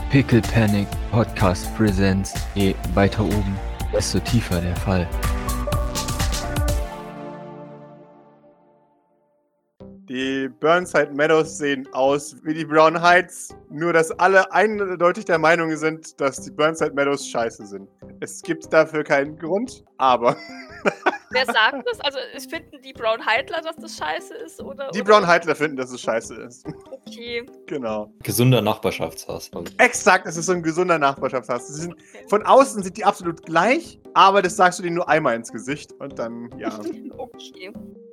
Pickle Panic Podcast Presents. Je weiter oben, desto tiefer der Fall. Die Burnside Meadows sehen aus wie die Brown Heights, nur dass alle eindeutig der Meinung sind, dass die Burnside Meadows scheiße sind. Es gibt dafür keinen Grund, aber... Wer sagt das? Also finden die Brown Heightler, dass das scheiße ist? Die Brown Heightler finden, dass es scheiße ist. Okay. Genau. Gesunder Nachbarschaftshass. Exakt, es ist so ein gesunder Nachbarschaftshass. Von außen sind die absolut gleich, aber das sagst du denen nur einmal ins Gesicht und dann, ja. Okay.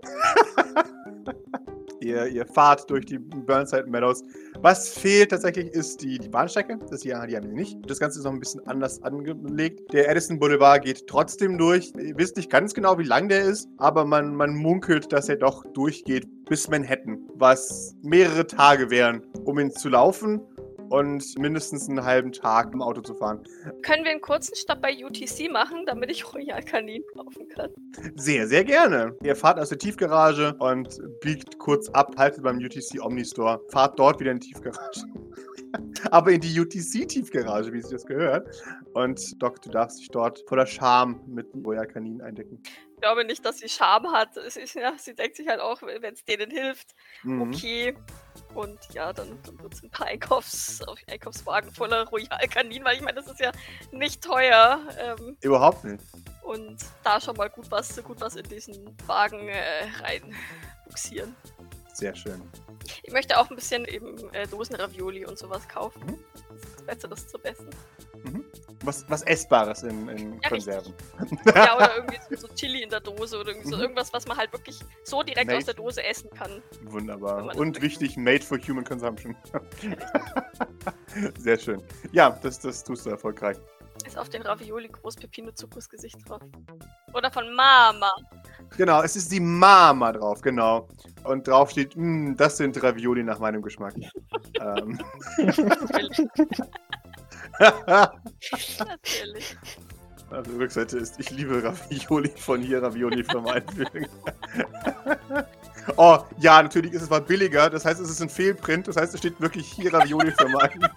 Ihr fahrt durch die Burnside Meadows. Was fehlt tatsächlich ist die Bahnstrecke. Die haben wir nicht. Das Ganze ist noch ein bisschen anders angelegt. Der Addison Boulevard geht trotzdem durch. Ihr wisst nicht ganz genau, wie lang der ist, aber man munkelt, dass er doch durchgeht bis Manhattan, was mehrere Tage wären, um ihn zu laufen und mindestens einen halben Tag im Auto zu fahren. Können wir einen kurzen Stopp bei UTC machen, damit ich Royal Canin kaufen kann? Sehr, sehr gerne. Ihr fahrt aus der Tiefgarage und biegt kurz ab, haltet beim UTC Omnistore, fahrt dort wieder in die Tiefgarage. Aber in die UTC-Tiefgarage, wie sich das gehört. Und Doc, du darfst dich dort voller Scham mit Royal Canin eindecken. Ich glaube nicht, dass sie Scham hat. Sie denkt sich halt auch, wenn es denen hilft, okay. Und ja, dann wird es ein paar Einkaufswagen voller Royal Canin, weil ich meine, das ist ja nicht teuer. Überhaupt nicht. Und da schon mal gut was in diesen Wagen rein buxieren. Sehr schön. Ich möchte auch ein bisschen eben Dosenravioli und sowas kaufen. Das ist Besseres zum Essen. Was Essbares in Konserven. Ja, oder irgendwie so Chili in der Dose oder irgendwie so irgendwas, was man halt wirklich so direkt aus der Dose essen kann. Wunderbar. Und wichtig, made for human consumption. Sehr schön. Ja, das tust du erfolgreich. Ist auf den Ravioli groß Pepino Zuckos Gesicht drauf. Oder von Mama. Genau, es ist die Mama drauf, genau. Und drauf steht, das sind Ravioli nach meinem Geschmack. Natürlich. Also die Rückseite ist, ich liebe Ravioli von hier, Ravioli Firma einfügen. Oh, ja, natürlich ist es was billiger, das heißt, es ist ein Fehlprint, das heißt, es steht wirklich hier Ravioli Firma einfügen.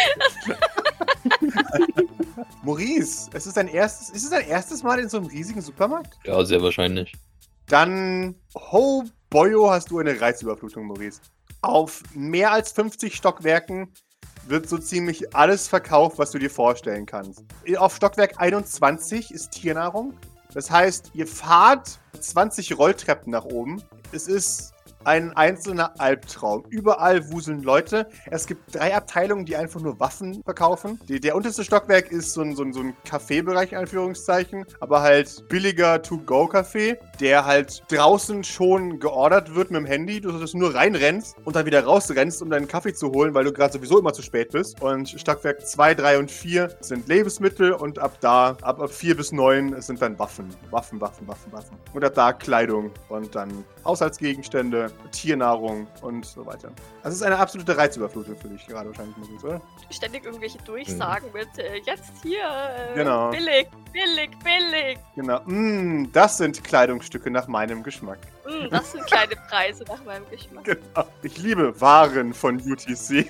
Maurice, ist es dein erstes Mal in so einem riesigen Supermarkt? Ja, sehr wahrscheinlich. Dann, ho boyo, hast du eine Reizüberflutung, Maurice. Auf mehr als 50 Stockwerken wird so ziemlich alles verkauft, was du dir vorstellen kannst. Auf Stockwerk 21 ist Tiernahrung. Das heißt, ihr fahrt 20 Rolltreppen nach oben. Es ist ein einzelner Albtraum. Überall wuseln Leute. Es gibt 3 Abteilungen, die einfach nur Waffen verkaufen. Der unterste Stockwerk ist so ein Kaffeebereich, in Anführungszeichen, aber halt billiger To-Go-Kaffee, der halt draußen schon geordert wird mit dem Handy. Du solltest nur reinrennst und dann wieder rausrennst, um deinen Kaffee zu holen, weil du gerade sowieso immer zu spät bist. Und Stockwerk 2, 3 und 4 sind Lebensmittel und ab 4 bis 9 sind dann Waffen. Waffen. Und ab da Kleidung und dann Haushaltsgegenstände, Tiernahrung und so weiter. Das ist eine absolute Reizüberflutung für dich gerade wahrscheinlich, Maurice, oder? Ständig irgendwelche Durchsagen mit jetzt hier, genau. Billig. Genau. Das sind Kleidungsstücke nach meinem Geschmack. Das sind kleine Preise nach meinem Geschmack. Genau. Ich liebe Waren von UTC.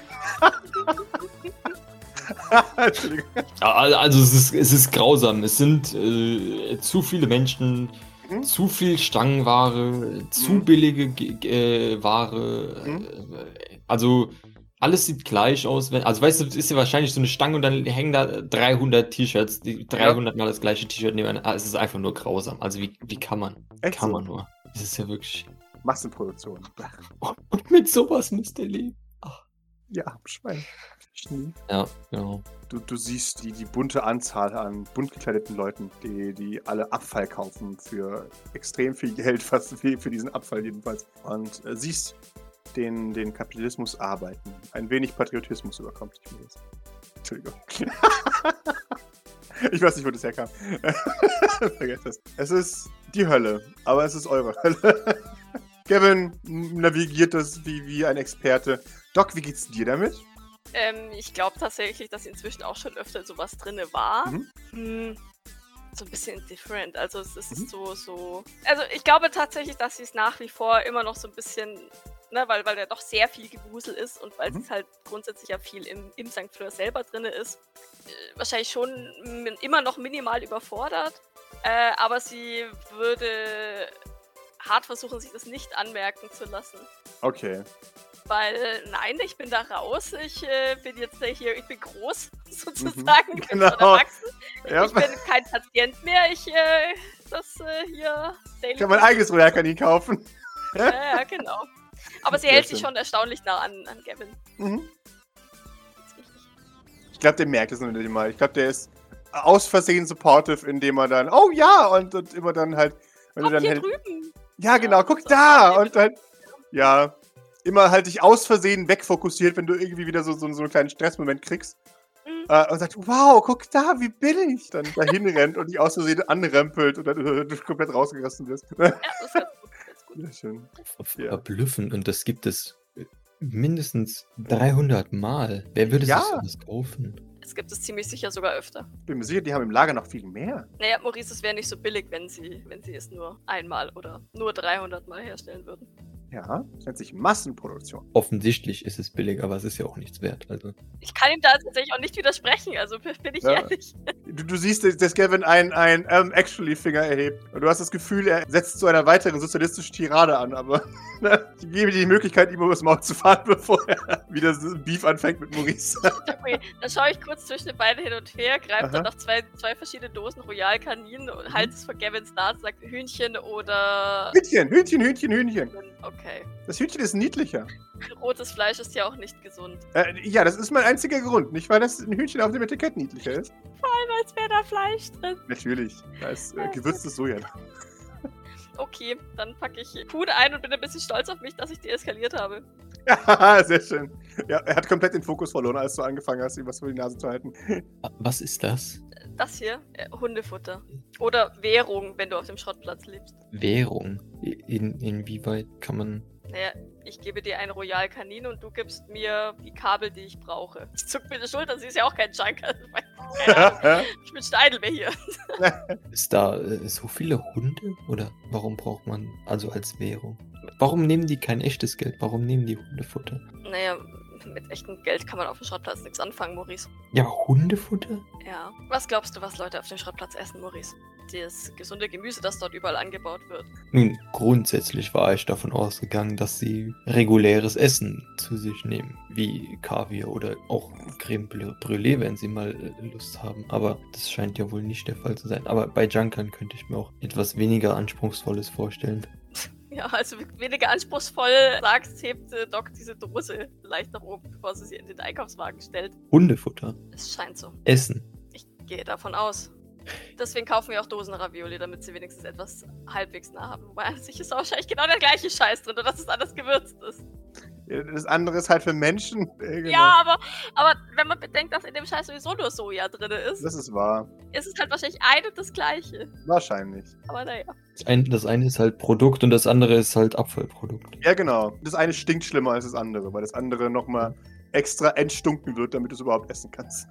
Entschuldigung. Also es ist grausam. Es sind zu viele Menschen, zu viel Stangenware, zu billige Ware. Also alles sieht gleich aus. Also weißt du, es ist ja wahrscheinlich so eine Stange und dann hängen da 300 T-Shirts, die 300 Mal das gleiche T-Shirt nebeneinander. Es ist einfach nur grausam. Also wie kann man? Echt Kann so? man nur. Es ist ja wirklich... Massenproduktion. Und mit sowas müsst ihr leben. Ja, Schwein. Schnee. Ja, genau. Du siehst die bunte Anzahl an bunt gekleideten Leuten, die alle Abfall kaufen für extrem viel Geld, fast für diesen Abfall jedenfalls. Und siehst den Kapitalismus arbeiten. Ein wenig Patriotismus überkommt dich mir jetzt. Entschuldigung. Ich weiß nicht, wo das herkam. Vergesst das. Es ist die Hölle, aber es ist eure Hölle. Kevin navigiert das wie ein Experte. Doc, wie geht's dir damit? Ich glaube tatsächlich, dass inzwischen auch schon öfter sowas drin war. So ein bisschen different. Also es ist so. Also ich glaube tatsächlich, dass sie es nach wie vor immer noch so ein bisschen ne, weil da doch sehr viel Gewusel ist und weil es halt grundsätzlich ja viel im St. Fleur selber drin ist. Wahrscheinlich schon immer noch minimal überfordert, aber sie würde hart versuchen, sich das nicht anmerken zu lassen. Okay. Weil, nein, ich bin da raus, ich bin jetzt hier, ich bin groß, sozusagen, genau. erwachsen. Ja. Ich bin kein Patient mehr, hier... Ich kann mein eigenes Royal Canin kaufen. Ja, genau. Aber sie hält sich schon erstaunlich nah an Gavin. Mhm. Ich glaube, der merkt es noch nicht mal. Ich glaube, der ist aus Versehen supportive, indem er dann, oh ja, und immer dann halt... Wenn Komm, du dann hier halt, drüben! ja, genau, guck so da! Und halt, ja, immer halt dich aus Versehen wegfokussiert, wenn du irgendwie wieder so einen kleinen Stressmoment kriegst. Und sagt, wow, guck da, wie billig! Dann dahin rennt und dich aus Versehen anrempelt und dann du komplett rausgerissen wirst. Ja, das ist ganz gut. Ja, schön. Verblüffend. Und das gibt es mindestens 300 Mal. Wer würde sich sowas kaufen? Es gibt es ziemlich sicher sogar öfter. Bin mir sicher, die haben im Lager noch viel mehr. Naja, Maurice, es wäre nicht so billig, wenn sie es nur einmal oder nur 300 Mal herstellen würden. Ja, das nennt sich Massenproduktion. Offensichtlich ist es billig, aber es ist ja auch nichts wert. Also. Ich kann ihm da tatsächlich auch nicht widersprechen, also bin ich ehrlich. Du siehst, dass Gavin ein Actually-Finger erhebt. Und du hast das Gefühl, er setzt zu einer weiteren sozialistischen Tirade an, aber ich gebe dir die Möglichkeit, ihm übers Maul zu fahren, bevor er wieder so Beef anfängt mit Maurice. Okay, dann schaue ich kurz zwischen den beiden hin und her, greife dann nach zwei verschiedene Dosen Royal Canin und halte es vor Gavins Nase und sage Hühnchen oder... Hühnchen. Okay. Das Hühnchen ist niedlicher. Rotes Fleisch ist ja auch nicht gesund. Ja, das ist mein einziger Grund. Nicht, weil das ein Hühnchen auf dem Etikett niedlicher ist. Vor allem, als wäre da Fleisch drin. Natürlich. Da ist gewürztes Soja drin. Okay, dann packe ich Huhn ein und bin ein bisschen stolz auf mich, dass ich deeskaliert habe. Ja, sehr schön. Ja, er hat komplett den Fokus verloren, als du angefangen hast, ihm was vor die Nase zu halten. Was ist das? Das hier, Hundefutter. Oder Währung, wenn du auf dem Schrottplatz lebst. Währung? Inwieweit kann man... Naja, ich gebe dir ein Royal Canin und du gibst mir die Kabel, die ich brauche. Ich zuck mir die Schultern, sie ist ja auch kein Junker. Keine Ahnung. Ich bin Steidelbeer hier. Ist da so viele Hunde? Oder warum braucht man also als Währung? Warum nehmen die kein echtes Geld? Warum nehmen die Hundefutter? Naja, mit echtem Geld kann man auf dem Schrottplatz nichts anfangen, Maurice. Ja, aber Hundefutter? Ja. Was glaubst du, was Leute auf dem Schrottplatz essen, Maurice? Das gesunde Gemüse, das dort überall angebaut wird. Nun, grundsätzlich war ich davon ausgegangen, dass sie reguläres Essen zu sich nehmen. Wie Kaviar oder auch Creme Brûlée, wenn sie mal Lust haben. Aber das scheint ja wohl nicht der Fall zu sein. Aber bei Junkern könnte ich mir auch etwas weniger Anspruchsvolles vorstellen. Ja, also weniger anspruchsvoll, sagst, hebt Doc diese Dose leicht nach oben, bevor sie in den Einkaufswagen stellt. Hundefutter. Es scheint so. Essen. Ich gehe davon aus. Deswegen kaufen wir auch Dosen-Ravioli, damit sie wenigstens etwas halbwegs nah haben. Wobei an sich ist wahrscheinlich genau der gleiche Scheiß drin, nur dass es anders gewürzt ist. Ja, das andere ist halt für Menschen. Genau. Ja, aber wenn man bedenkt, dass in dem Scheiß sowieso nur Soja drin ist, Das ist wahr. ist es halt wahrscheinlich ein und das Gleiche. Wahrscheinlich. Aber naja. Das eine ist halt Produkt und das andere ist halt Abfallprodukt. Ja, genau. Das eine stinkt schlimmer als das andere, weil das andere nochmal extra entstunken wird, damit du es überhaupt essen kannst.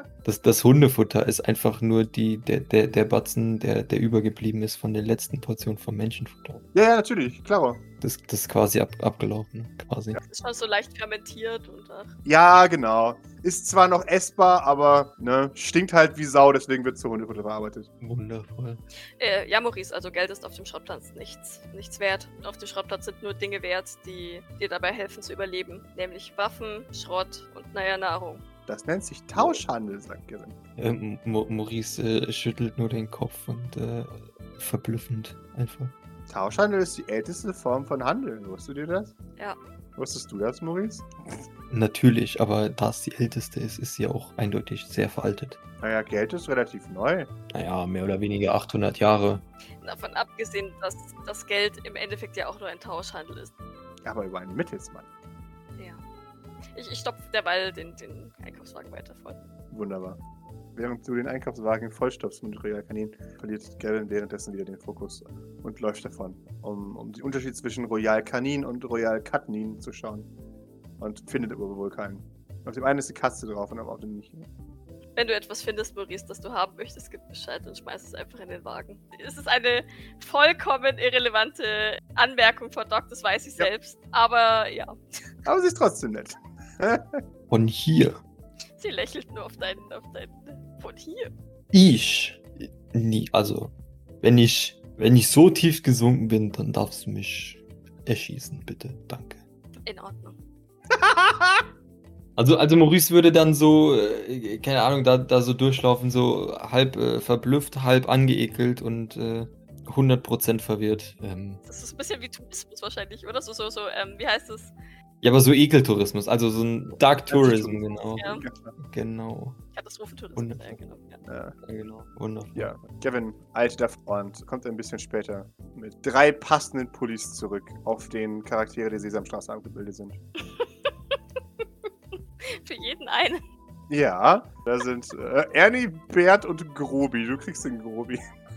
Das Hundefutter ist einfach nur der Batzen, der übergeblieben ist von der letzten Portion vom Menschenfutter. Ja, natürlich, klar. Das ist quasi abgelaufen, quasi. Das ist schon so leicht fermentiert und ach. Ja, genau. Ist zwar noch essbar, aber ne, stinkt halt wie Sau, deswegen wird zu Hundefutter verarbeitet. Wundervoll. Ja, Maurice, also Geld ist auf dem Schrottplatz nichts wert. Auf dem Schrottplatz sind nur Dinge wert, die dir dabei helfen zu überleben. Nämlich Waffen, Schrott und Nahrung. Das nennt sich Tauschhandel, sagt Gavin. Maurice schüttelt nur den Kopf und verblüffend einfach. Tauschhandel ist die älteste Form von Handel. Wusstest du das? Ja. Wusstest du das, Maurice? Natürlich, aber da es die älteste ist sie auch eindeutig sehr veraltet. Naja, Geld ist relativ neu. Naja, mehr oder weniger 800 Jahre. Davon abgesehen, dass das Geld im Endeffekt ja auch nur ein Tauschhandel ist. Aber über einen Mittelsmann. Ja. Ich stopfe derweil den Einkaufswagen weiter voll. Wunderbar. Während du den Einkaufswagen vollstopfst mit Royal Canin, verliert Gavin währenddessen wieder den Fokus und läuft davon, um den Unterschied zwischen Royal Canin und Royal Canin zu schauen. Und findet aber wohl keinen. Auf dem einen ist die Katze drauf und auf dem nicht. Wenn du etwas findest, Maurice, das du haben möchtest, gib Bescheid und schmeiß es einfach in den Wagen. Es ist eine vollkommen irrelevante Anmerkung von Doc, das weiß ich selbst. Aber ja. Aber sie ist trotzdem nett. Von hier. Sie lächelt nur auf deinen von hier. Also, wenn ich so tief gesunken bin, dann darfst du mich erschießen, bitte. Danke. In Ordnung. Also Maurice würde dann so, keine Ahnung, da so durchlaufen, so halb verblüfft, halb angeekelt und 100% verwirrt. Das ist ein bisschen wie Tourismus wahrscheinlich, oder? So, wie heißt das? Ja, aber so Ekeltourismus, also so ein Dark Tourism, genau. Ja. Genau. Katastrophentourismus, ja, genau. Ja. Genau. Wundervoll. Ja, Gavin, alter Freund, kommt ein bisschen später mit 3 passenden Pullis zurück, auf den Charaktere der Sesamstraße abgebildet sind. Für jeden einen. Ja, da sind Ernie, Bert und Grobi. Du kriegst den Grobi.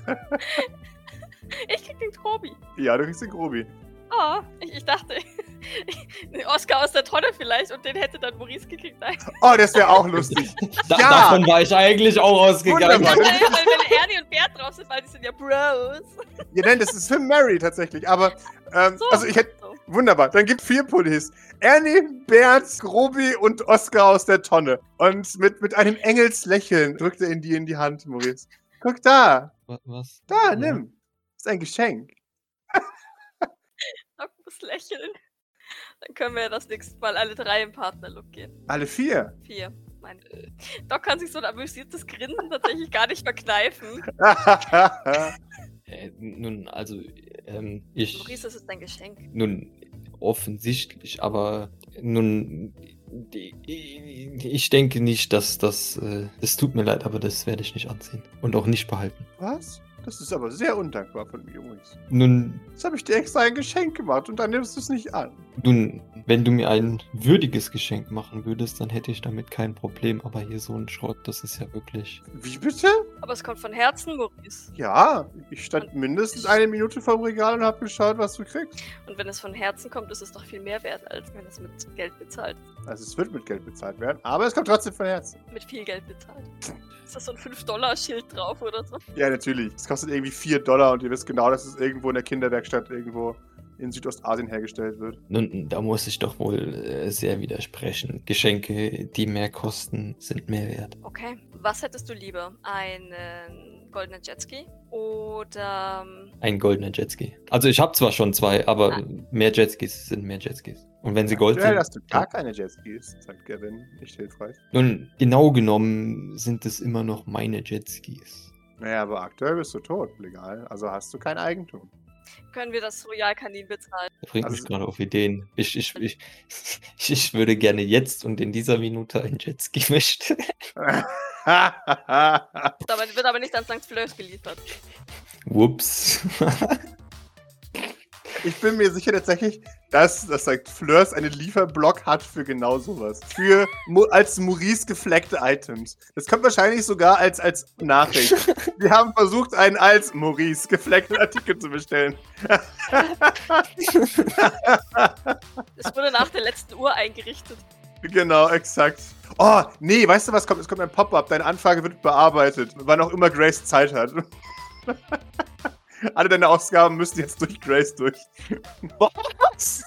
Ich krieg den Grobi. Ja, du kriegst den Grobi. Oh, ich dachte, den Oscar aus der Tonne vielleicht und den hätte dann Maurice gekriegt. Nein. Oh, das wäre auch lustig. Ja! Davon war ich eigentlich auch ausgegangen. Wunderbar. Weil wenn Ernie und Bert drauf sind, weil die sind ja Bros. Ja, nein, das ist für Mary tatsächlich. Aber, So, also ich hätte. so. Wunderbar, dann gibt 4 Pullis. Ernie, Bert, Grobi und Oscar aus der Tonne. Und mit einem Engelslächeln drückt er ihn dir in die Hand, Maurice. Guck da. Was? Da, Ja. nimm. Das ist ein Geschenk. Doc muss lächeln. Dann können wir ja das nächste Mal alle 3 im Partnerlook gehen. Alle 4. 4. Doc kann sich so ein amüsiertes Grinsen tatsächlich gar nicht verkneifen. Nun, also, Maurice, das ist dein Geschenk. Nun, offensichtlich, aber nun, ich denke nicht, dass das, es tut mir leid, aber das werde ich nicht anziehen und auch nicht behalten. Was? Das ist aber sehr undankbar von mir, Maurice. Nun, Jetzt habe ich dir extra ein Geschenk gemacht und dann nimmst du es nicht an. wenn du mir ein würdiges Geschenk machen würdest, dann hätte ich damit kein Problem, aber hier so ein Schrott, das ist ja wirklich... Wie bitte? Aber es kommt von Herzen, Maurice. Ja, ich stand mindestens 1 Minute vorm Regal und habe geschaut, was du kriegst. Und wenn es von Herzen kommt, ist es doch viel mehr wert, als wenn es mit Geld bezahlt. Also es wird mit Geld bezahlt werden, aber es kommt trotzdem von Herzen. Mit viel Geld bezahlt. Ist das so ein 5-$-Schild drauf oder so? Ja, natürlich. Es kostet irgendwie $4 und ihr wisst genau, dass es irgendwo in der Kinderwerkstatt irgendwo in Südostasien hergestellt wird. Nun, da muss ich doch wohl sehr widersprechen. Geschenke, die mehr kosten, sind mehr wert. Okay. Was hättest du lieber? Einen goldenen Jetski oder... Ein goldener Jetski. Also ich habe zwar schon 2, aber mehr Jetskis sind mehr Jetskis. Und wenn sie Gold Aktuell sind... hast du gar keine Jetskis, sagt Gavin. Nicht hilfreich. Nun, genau genommen sind es immer noch meine Jetskis. Naja, aber aktuell bist du tot, legal. Also hast du kein Eigentum. Können wir das Royal-Kanin bezahlen? Das bringt Also- mich gerade auf Ideen. Ich würde gerne jetzt und in dieser Minute ein Jetski möchten. Wird aber nicht an St. Fleurs geliefert. Whoops. Ich bin mir sicher tatsächlich, dass sagt Fleurs einen Lieferblock hat für genau sowas. Für als Maurice gefleckte Items. Das kommt wahrscheinlich sogar als Nachricht. Wir haben versucht, einen als Maurice gefleckten Artikel zu bestellen. Es wurde nach der letzten Uhr eingerichtet. Genau, exakt. Oh, nee, weißt du was kommt? Es kommt ein Pop-up. Deine Anfrage wird bearbeitet. Wann auch immer Grace Zeit hat. Alle deine Ausgaben müssen jetzt durch Grace durch. Was?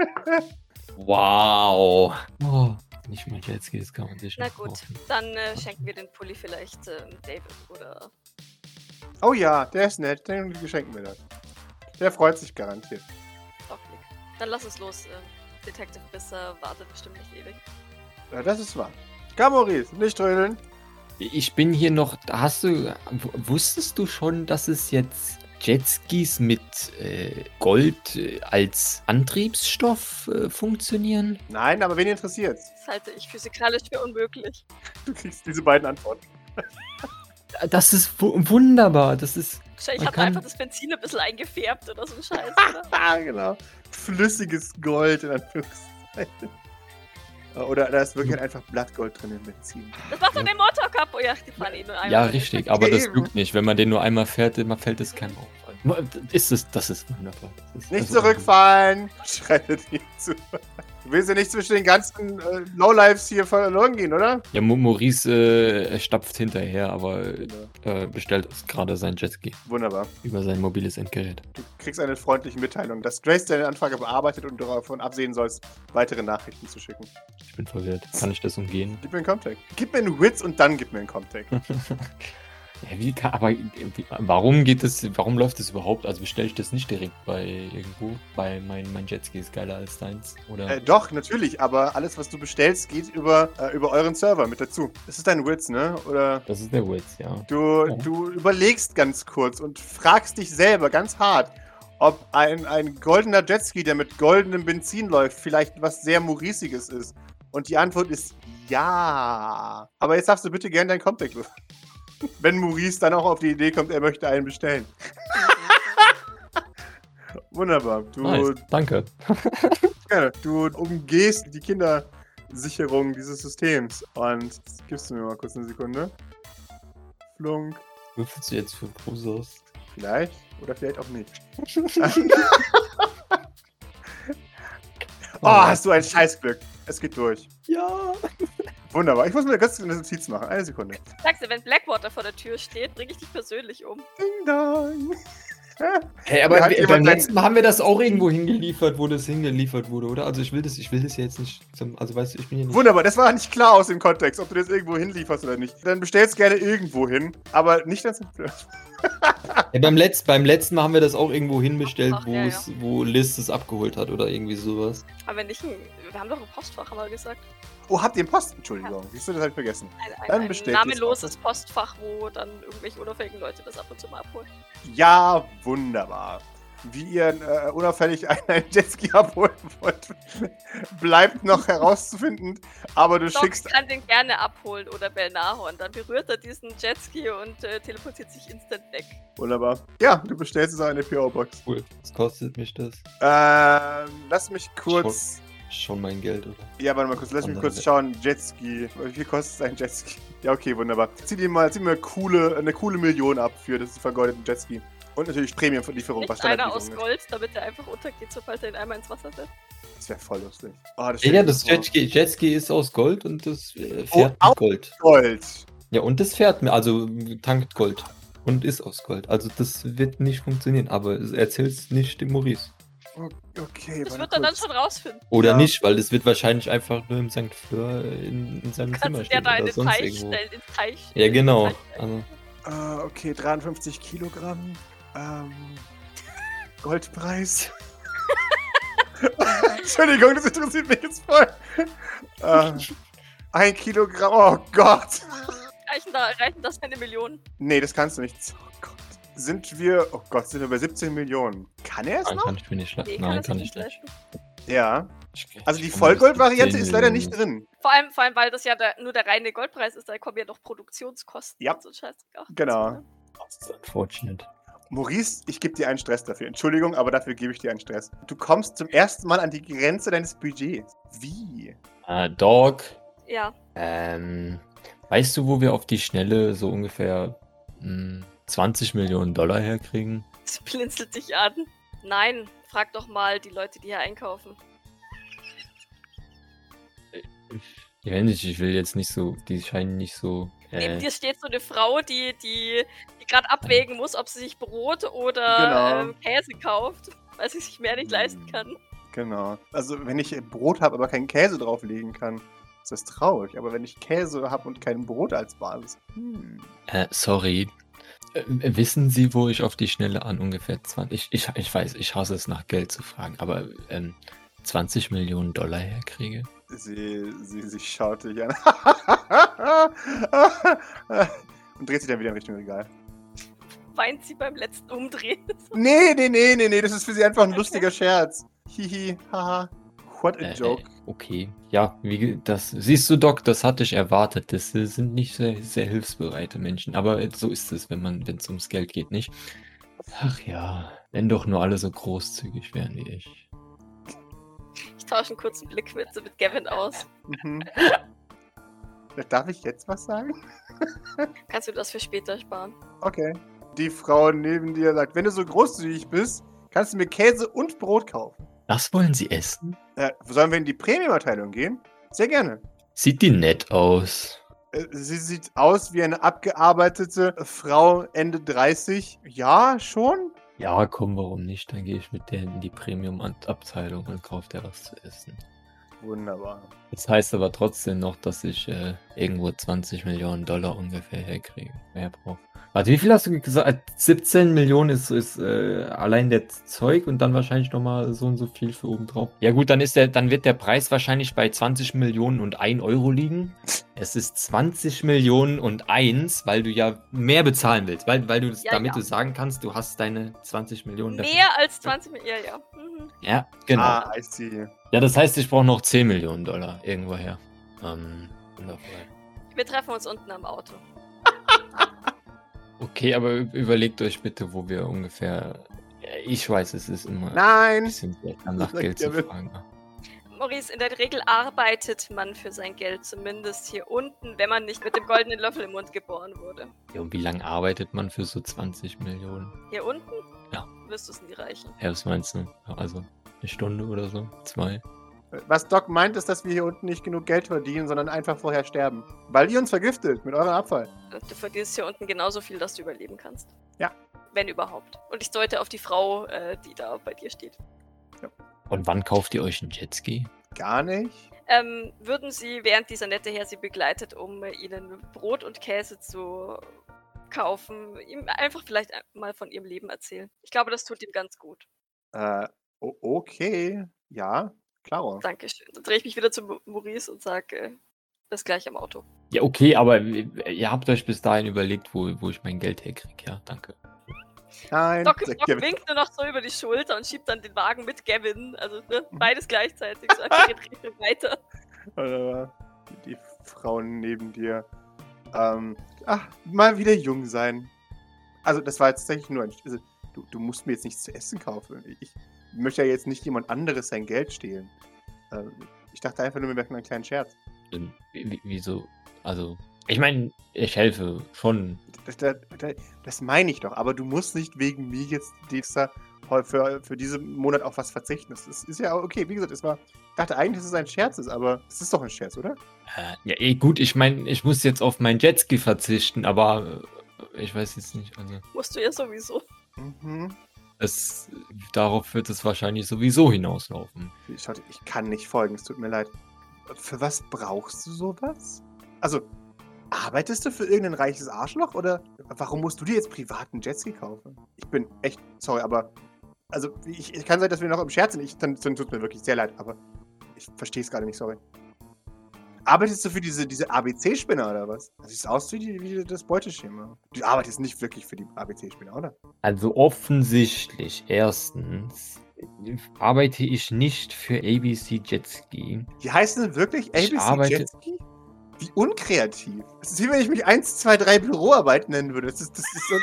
Wow. Oh, nicht mal Jetskis kann man sich Na noch gut, kaufen. dann schenken wir den Pulli vielleicht David oder... Oh ja, der ist nett. Den geschenken wir das. Der freut sich garantiert. Doppelig. Dann lass uns los. Detective Bisser wartet bestimmt nicht ewig. Ja, das ist wahr. Komm, Maurice, nicht trödeln. Ich bin hier noch. Wusstest du schon, dass es jetzt Jetskis mit Gold als Antriebsstoff funktionieren? Nein, aber wen interessiert's? Das halte ich physikalisch für unmöglich. Du kriegst diese beiden Antworten. Das ist wunderbar. Das ist. Wahrscheinlich Man hat kann- einfach das Benzin ein bisschen eingefärbt oder so ein Scheiß, oder? Ah, genau. Flüssiges Gold, in Anführungszeichen. Oder da ist wirklich einfach Blattgold drin im Benzin. Das macht doch den Motor kaputt. Oh ja, die fahren eh nur einmal. Ja, richtig, aber das Eben. glückt nicht. Wenn man den nur einmal fährt, fällt es keinem auf. Das ist wunderbar. Das ist Nicht zurückfallen! Schreit er dir zu. Du willst ja nicht zwischen den ganzen Lowlifes hier verloren gehen, oder? Ja, Maurice stapft hinterher, aber bestellt gerade sein Jetski Wunderbar. über sein mobiles Endgerät. Du kriegst eine freundliche Mitteilung, dass Grace deine Anfrage bearbeitet und davon absehen sollst, weitere Nachrichten zu schicken. Ich bin verwirrt. Kann ich das umgehen? Gib mir einen Comtag. Gib mir einen Witz und dann gib mir einen Comtag. Ja, warum läuft das überhaupt? Also bestelle ich das nicht direkt bei irgendwo? Weil mein Jetski ist geiler als deins, oder? Doch, natürlich, aber alles, was du bestellst, geht über euren Server mit dazu. Das ist dein Witz, ne? Oder Das ist der Witz, ja. du überlegst ganz kurz und fragst dich selber ganz hart, ob ein goldener Jetski, der mit goldenem Benzin läuft, vielleicht was sehr Mauriciges ist. Und die Antwort ist ja. Aber jetzt darfst du bitte gerne deinen Comtag würfeln. Wenn Maurice dann auch auf die Idee kommt, er möchte einen bestellen. Wunderbar. Nice, danke. Gerne. Du umgehst die Kindersicherung dieses Systems. Und gibst du mir mal kurz eine Sekunde. Flunk. Würfelst du jetzt für Cruisers? Vielleicht. Oder vielleicht auch nicht. Oh, hast du ein Scheißglück. Es geht durch. Ja. Wunderbar. Ich muss mir ganz eine Notiz machen. Eine Sekunde. Sagst du, wenn Blackwater vor der Tür steht, bringe ich dich persönlich um. Ding dong. Hey, aber Hat jemand beim letzten Mal haben wir das auch irgendwo hingeliefert, wo das hingeliefert wurde, oder? Also ich will das ja jetzt nicht, also weißt du, ich bin hier nicht... Wunderbar, das war nicht klar aus dem Kontext, ob du das irgendwo hinlieferst oder nicht. Dann bestellst gerne irgendwo hin, aber nicht ans Ja, beim letzten Mal haben wir das auch irgendwo hinbestellt, Ach, ja. wo Liz es abgeholt hat oder irgendwie sowas. Aber nicht wir haben doch ein Postfach, haben wir gesagt. Oh, habt ihr Post? Entschuldigung, siehst du, das hab ich vergessen. Dann Ein bestellt namenloses Postfach, wo dann irgendwelche unauffälligen Leute das ab und zu mal abholen. Ja, wunderbar. Wie ihr unauffällig einen Jetski abholen wollt, bleibt noch herauszufinden, aber du Doc schickst... kann den gerne abholen oder Belnahorn. Dann berührt er diesen Jetski und teleportiert sich instant weg. Wunderbar. Ja, du bestellst es auch in der PO-Box. Cool. Was kostet mich das? Lass mich kurz... Schon mein Geld, oder? Ja, warte mal kurz, lass mich kurz schauen. Jetski. Wie viel kostet ein Jetski? Ja, okay, wunderbar. Zieh mir eine coole Million ab für das vergoldeten Jetski. Und natürlich Premium-Lieferung. Nicht einer aus Gold, damit der einfach untergeht, sobald er ihn einmal ins Wasser setzt. Das wäre voll lustig. Oh, Das Jetski ist aus Gold und das fährt mit Gold. Gold. Ja, und das fährt mir, also tankt Gold. Und ist aus Gold. Also das wird nicht funktionieren, aber erzähl's nicht dem Maurice. Okay, das wird er dann schon rausfinden. Oder nicht, weil das wird wahrscheinlich einfach nur im St. Fleur in seinem Zimmer stehen. Da in oder den sonst Teich irgendwo. stellen, ins Teich. Ja, genau. Also. Okay, 53 Kilogramm. Goldpreis. Entschuldigung, das interessiert mich jetzt voll. 1 Kilogramm, oh Gott. Reichen das für eine Million? Nee, das kannst du nicht. Oh Gott. Sind wir bei 17 Millionen. Kann er es noch? Kann ich mir nicht leisten. Nee, Nein, kann ich nicht. leisten. Ja. Also die Vollgold-Variante ist leider nicht drin. Vor allem, weil das ja nur der reine Goldpreis ist, da kommen ja noch Produktionskosten. Ja. Und so Scheiß. Genau. Das ist unfortunate. Maurice, ich gebe dir einen Stress dafür. Entschuldigung, aber dafür gebe ich dir einen Stress. Du kommst zum ersten Mal an die Grenze deines Budgets. Wie? Dog. Ja. Weißt du, wo wir auf die Schnelle so ungefähr 20 Millionen Dollar herkriegen? Das blinzelt dich an. Nein, frag doch mal die Leute, die hier einkaufen. Ich will jetzt nicht so, die scheinen nicht so... Neben dir steht so eine Frau, die gerade abwägen muss, ob sie sich Brot oder Käse kauft, weil sie sich mehr nicht leisten kann. Genau. Also wenn ich Brot habe, aber keinen Käse drauflegen kann, ist das traurig. Aber wenn ich Käse habe und kein Brot als Basis... Sorry. Wissen Sie, wo ich auf die Schnelle an ungefähr 20... Ich weiß, ich hasse es, nach Geld zu fragen, aber 20 Millionen Dollar herkriege? Sie schaut dich an. Und dreht sich dann wieder in Richtung Regal. Weint sie beim letzten Umdrehen? Nee, das ist für sie einfach ein lustiger Scherz. Hihi, haha. What a joke. Okay, ja, das siehst du, Doc, das hatte ich erwartet. Das sind nicht sehr, sehr hilfsbereite Menschen, aber so ist es, wenn es ums Geld geht, nicht? Ach ja, wenn doch nur alle so großzügig wären wie ich. Ich tausche einen kurzen Blick mit Gavin aus. Darf ich jetzt was sagen? Kannst du das für später sparen? Okay. Die Frau neben dir sagt, wenn du so großzügig bist, kannst du mir Käse und Brot kaufen. Was wollen Sie essen? Sollen wir in die Premium-Abteilung gehen? Sehr gerne. Sieht die nett aus? Sie sieht aus wie eine abgearbeitete Frau Ende 30. Ja, schon? Ja, komm, warum nicht? Dann gehe ich mit der in die Premium-Abteilung und kaufe der was zu essen. Wunderbar. Das heißt aber trotzdem noch, dass ich irgendwo 20 Millionen Dollar ungefähr herkriege. Mehr brauche. Warte, wie viel hast du gesagt? 17 Millionen ist allein der Zeug und dann wahrscheinlich nochmal so und so viel für oben drauf. Ja gut, dann wird der Preis wahrscheinlich bei 20 Millionen und 1 Euro liegen. Es ist 20 Millionen und 1, weil du ja mehr bezahlen willst. Weil du das, damit du sagen kannst, du hast deine 20 Millionen. Mehr als 20 Millionen, ja. Mhm. Ja, genau. Ah, I see. Ja, das heißt, ich brauche noch 10 Millionen Dollar irgendwoher. Wundervoll. Wir treffen uns unten am Auto. Okay, aber überlegt euch bitte, wo wir ungefähr. Ich weiß, es ist immer ein Nein! bisschen seltsam, nach Geld zu fragen. Maurice, in der Regel arbeitet man für sein Geld, zumindest hier unten, wenn man nicht mit dem goldenen Löffel im Mund geboren wurde. Ja, und wie lange arbeitet man für so 20 Millionen? Hier unten? Ja. Wirst du es nie reichen. Ja, was meinst du? Also eine Stunde oder so? 2? Was Doc meint, ist, dass wir hier unten nicht genug Geld verdienen, sondern einfach vorher sterben. Weil ihr uns vergiftet mit eurem Abfall. Du verdienst hier unten genauso viel, dass du überleben kannst. Ja. Wenn überhaupt. Und ich deute auf die Frau, die da bei dir steht. Und wann kauft ihr euch einen Jetski? Gar nicht. Würden Sie, während dieser nette Herr Sie begleitet, um Ihnen Brot und Käse zu kaufen, ihm einfach vielleicht mal von Ihrem Leben erzählen? Ich glaube, das tut ihm ganz gut. Okay. Ja, klar. Dankeschön. Dann drehe ich mich wieder zu Maurice und sage, bis gleich am Auto. Ja, okay, aber ihr habt euch bis dahin überlegt, wo ich mein Geld herkriege. Ja, danke. Nein. Doc winkt nur noch so über die Schulter und schiebt dann den Wagen mit Gavin. Also beides gleichzeitig. So einfach geht weiter. Die Frauen neben dir. Mal wieder jung sein. Also das war jetzt tatsächlich nur ein... Also, du musst mir jetzt nichts zu essen kaufen. Ich möchte ja jetzt nicht jemand anderes sein Geld stehlen. Ich dachte einfach nur, wir machen einen kleinen Scherz. Wieso? Also, ich meine, ich helfe schon. Das meine ich doch, aber du musst nicht wegen mir jetzt für diesen Monat auf was verzichten. Das ist ja okay, wie gesagt, ich dachte eigentlich, dass es ein Scherz ist, aber es ist doch ein Scherz, oder? Ja, gut, ich meine, ich muss jetzt auf mein Jetski verzichten, aber ich weiß jetzt nicht, also... Musst du ja sowieso. Mhm. Darauf wird es wahrscheinlich sowieso hinauslaufen. Ich kann nicht folgen, es tut mir leid. Für was brauchst du sowas? Also, arbeitest du für irgendein reiches Arschloch oder warum musst du dir jetzt privaten Jetski kaufen? Ich bin echt sorry, aber also ich kann sein, dass wir noch im Scherz sind. Dann tut es mir wirklich sehr leid, aber ich verstehe es gerade nicht, sorry. Arbeitest du für diese ABC-Spinner oder was? Das sieht aus wie das Beuteschema. Du arbeitest nicht wirklich für die ABC-Spinner, oder? Also offensichtlich, erstens arbeite ich nicht für ABC Jetski. Die heißen wirklich ABC Jetski? Wie unkreativ. Das ist wie wenn ich mich 1, 2, 3 Büroarbeit nennen würde. Das ist so...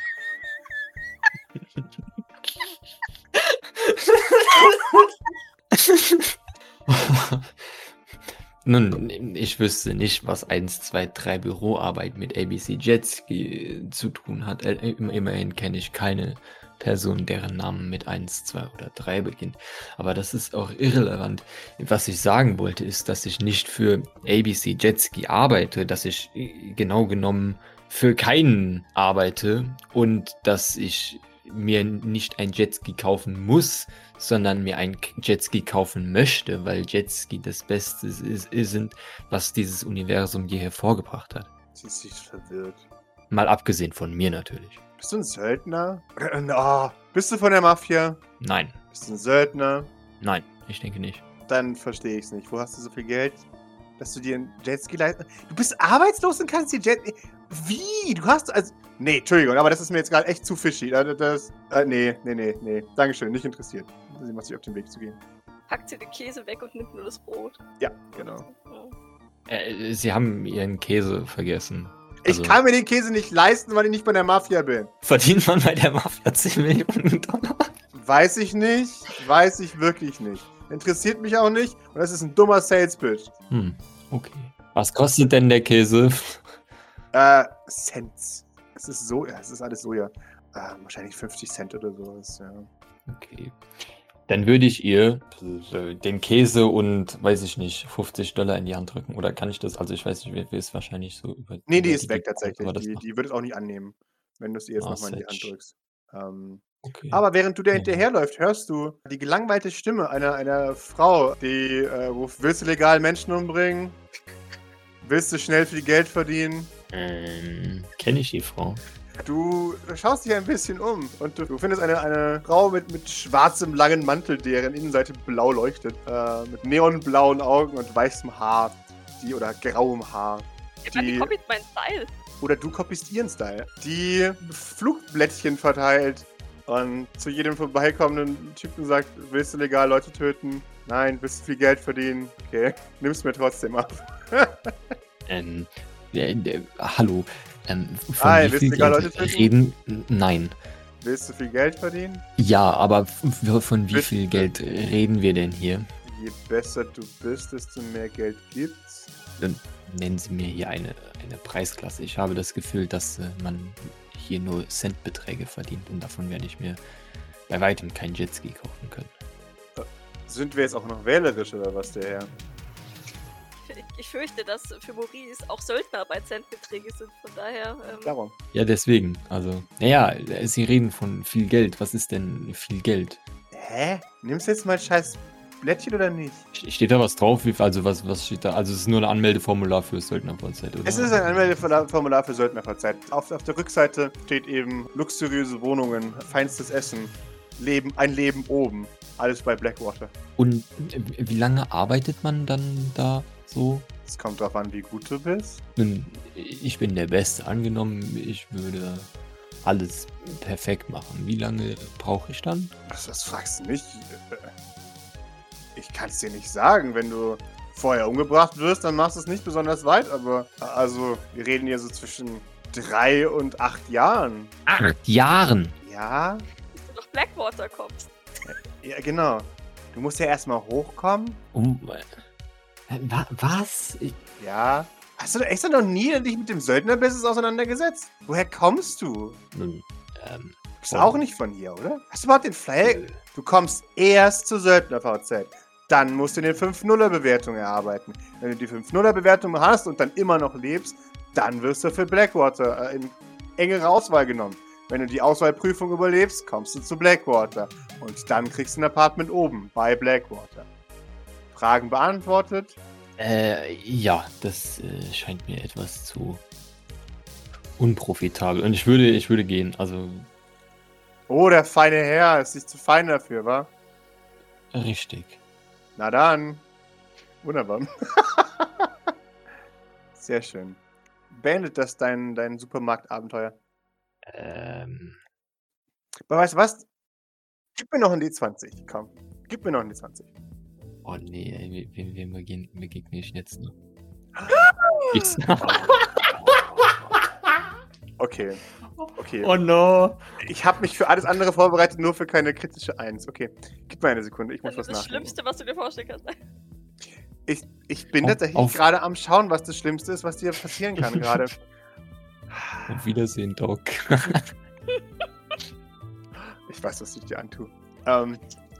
Nun, ich wüsste nicht, was 1, 2, 3 Büroarbeit mit ABC Jetski zu tun hat. Immerhin kenne ich keine Person, deren Namen mit 1, 2 oder 3 beginnt. Aber das ist auch irrelevant. Was ich sagen wollte, ist, dass ich nicht für ABC Jetski arbeite, dass ich genau genommen für keinen arbeite und dass ich mir nicht ein Jetski kaufen muss, sondern mir ein Jetski kaufen möchte, weil Jetski das Beste sind, was dieses Universum je hervorgebracht hat. Sie ist verwirrt. Mal abgesehen von mir natürlich. Bist du ein Söldner? Bist du von der Mafia? Nein. Bist du ein Söldner? Nein, ich denke nicht. Dann verstehe ich es nicht. Wo hast du so viel Geld, dass du dir ein Jetski leisten? Du bist arbeitslos und kannst dir Jetski... Wie? Du hast also... Nee, Entschuldigung, aber das ist mir jetzt gerade echt zu fishy. Nee. Dankeschön, nicht interessiert. Sie macht sich auf den Weg zu gehen. Packt sie den Käse weg und nimmt nur das Brot. Ja, genau. Sie haben ihren Käse vergessen. Ich kann mir den Käse nicht leisten, weil ich nicht bei der Mafia bin. Verdient man bei der Mafia 10 Millionen Dollar? Weiß ich nicht. Weiß ich wirklich nicht. Interessiert mich auch nicht. Und das ist ein dummer Sales-Pitch. Okay. Was kostet denn der Käse? Cents. Es ist Soja. Es ist alles Soja. Wahrscheinlich 50 Cent oder sowas, ja. Okay. Dann würde ich ihr den Käse und, weiß ich nicht, $50 in die Hand drücken. Oder kann ich das? Also ich weiß nicht, wir ist wahrscheinlich so über. Nee, die über ist weg digital, tatsächlich. Die wird es auch nicht annehmen, wenn du es ihr jetzt nochmal in die Hand Message. drückst. Okay. Aber während du der Ja. hinterherläuft, hörst du die gelangweilte Stimme einer Frau, die ruft, willst du legal Menschen umbringen? Willst du schnell viel Geld verdienen? Kenne ich die Frau? Du schaust dich ein bisschen um und du findest eine Frau mit schwarzem langen Mantel, deren Innenseite blau leuchtet, mit neonblauen Augen und weißem Haar, oder grauem Haar. Die kopiert meinen Style. Oder du kopierst ihren Style. Die Flugblättchen verteilt und zu jedem vorbeikommenden Typen sagt, willst du legal Leute töten? Nein, willst du viel Geld verdienen? Okay, nimm's mir trotzdem ab. Hallo. Von Hi, wie willst viel du legal Geld Leute töten? reden? Nein. Willst du viel Geld verdienen? Ja, aber von wie Bitte. viel Geld reden wir denn hier? Je besser du bist, desto mehr Geld gibt's. Dann nennen Sie mir hier eine Preisklasse. Ich habe das Gefühl, dass man hier nur Centbeträge verdient und davon werde ich mir bei weitem kein Jetski kaufen können. Sind wir jetzt auch noch wählerisch oder was, der Herr? Ich fürchte, dass für Maurice auch Söldnerarbeit Centbeträge sind, von daher. Darum. Ja, deswegen. Also, naja, Sie reden von viel Geld. Was ist denn viel Geld? Hä? Nimmst du jetzt mal scheiß Blättchen oder nicht? Steht da was drauf? Also, was steht da? Also, es ist nur ein Anmeldeformular für Söldnervollzeit, oder? Es ist ein Anmeldeformular für Söldnerverzeit. Auf der Rückseite steht eben luxuriöse Wohnungen, feinstes Essen, ein Leben oben. Alles bei Blackwater. Und wie lange arbeitet man dann da so? Es kommt drauf an, wie gut du bist. Nun, ich bin der Beste. Angenommen, ich würde alles perfekt machen. Wie lange brauche ich dann? Das fragst du mich. Ich kann es dir nicht sagen. Wenn du vorher umgebracht wirst, dann machst du es nicht besonders weit. Aber also, wir reden hier so zwischen 3 und 8 Jahren. 8 Jahren? Ja? Bis du nach Blackwater kommst. Ja, genau. Du musst ja erstmal hochkommen. Was? Ja. Hast du echt noch nie dich mit dem Söldnerbusiness auseinandergesetzt? Woher kommst du? Nun, Bist auch nicht von hier, oder? Hast du überhaupt den Flyer? Du kommst erst zur Söldner-VZ. Dann musst du eine 5-0er-Bewertung erarbeiten. Wenn du die 5-0er-Bewertung hast und dann immer noch lebst, dann wirst du für Blackwater in engere Auswahl genommen. Wenn du die Auswahlprüfung überlebst, kommst du zu Blackwater. Und dann kriegst du ein Apartment oben bei Blackwater. Fragen beantwortet? Ja, das scheint mir etwas zu unprofitabel. Und ich würde gehen, also. Oh, der feine Herr ist nicht zu fein dafür, wa? Richtig. Na dann. Wunderbar. Sehr schön. Beendet das dein Supermarktabenteuer? Aber weißt du was? Gib mir noch ein D20. Komm. Gib mir noch ein D20. Oh nee, ey, wem begegne ich jetzt noch? Okay. Okay. Oh no. Ich habe mich für alles andere vorbereitet, nur für keine kritische 1. Okay. Gib mir eine Sekunde, ich muss Das was ist das nachdenken. Schlimmste, was du dir vorstellen kannst. Ich bin tatsächlich gerade am Schauen, was das Schlimmste ist, was dir passieren kann gerade. Auf Wiedersehen, Doc. Ich weiß, was ich dir antue. Nein!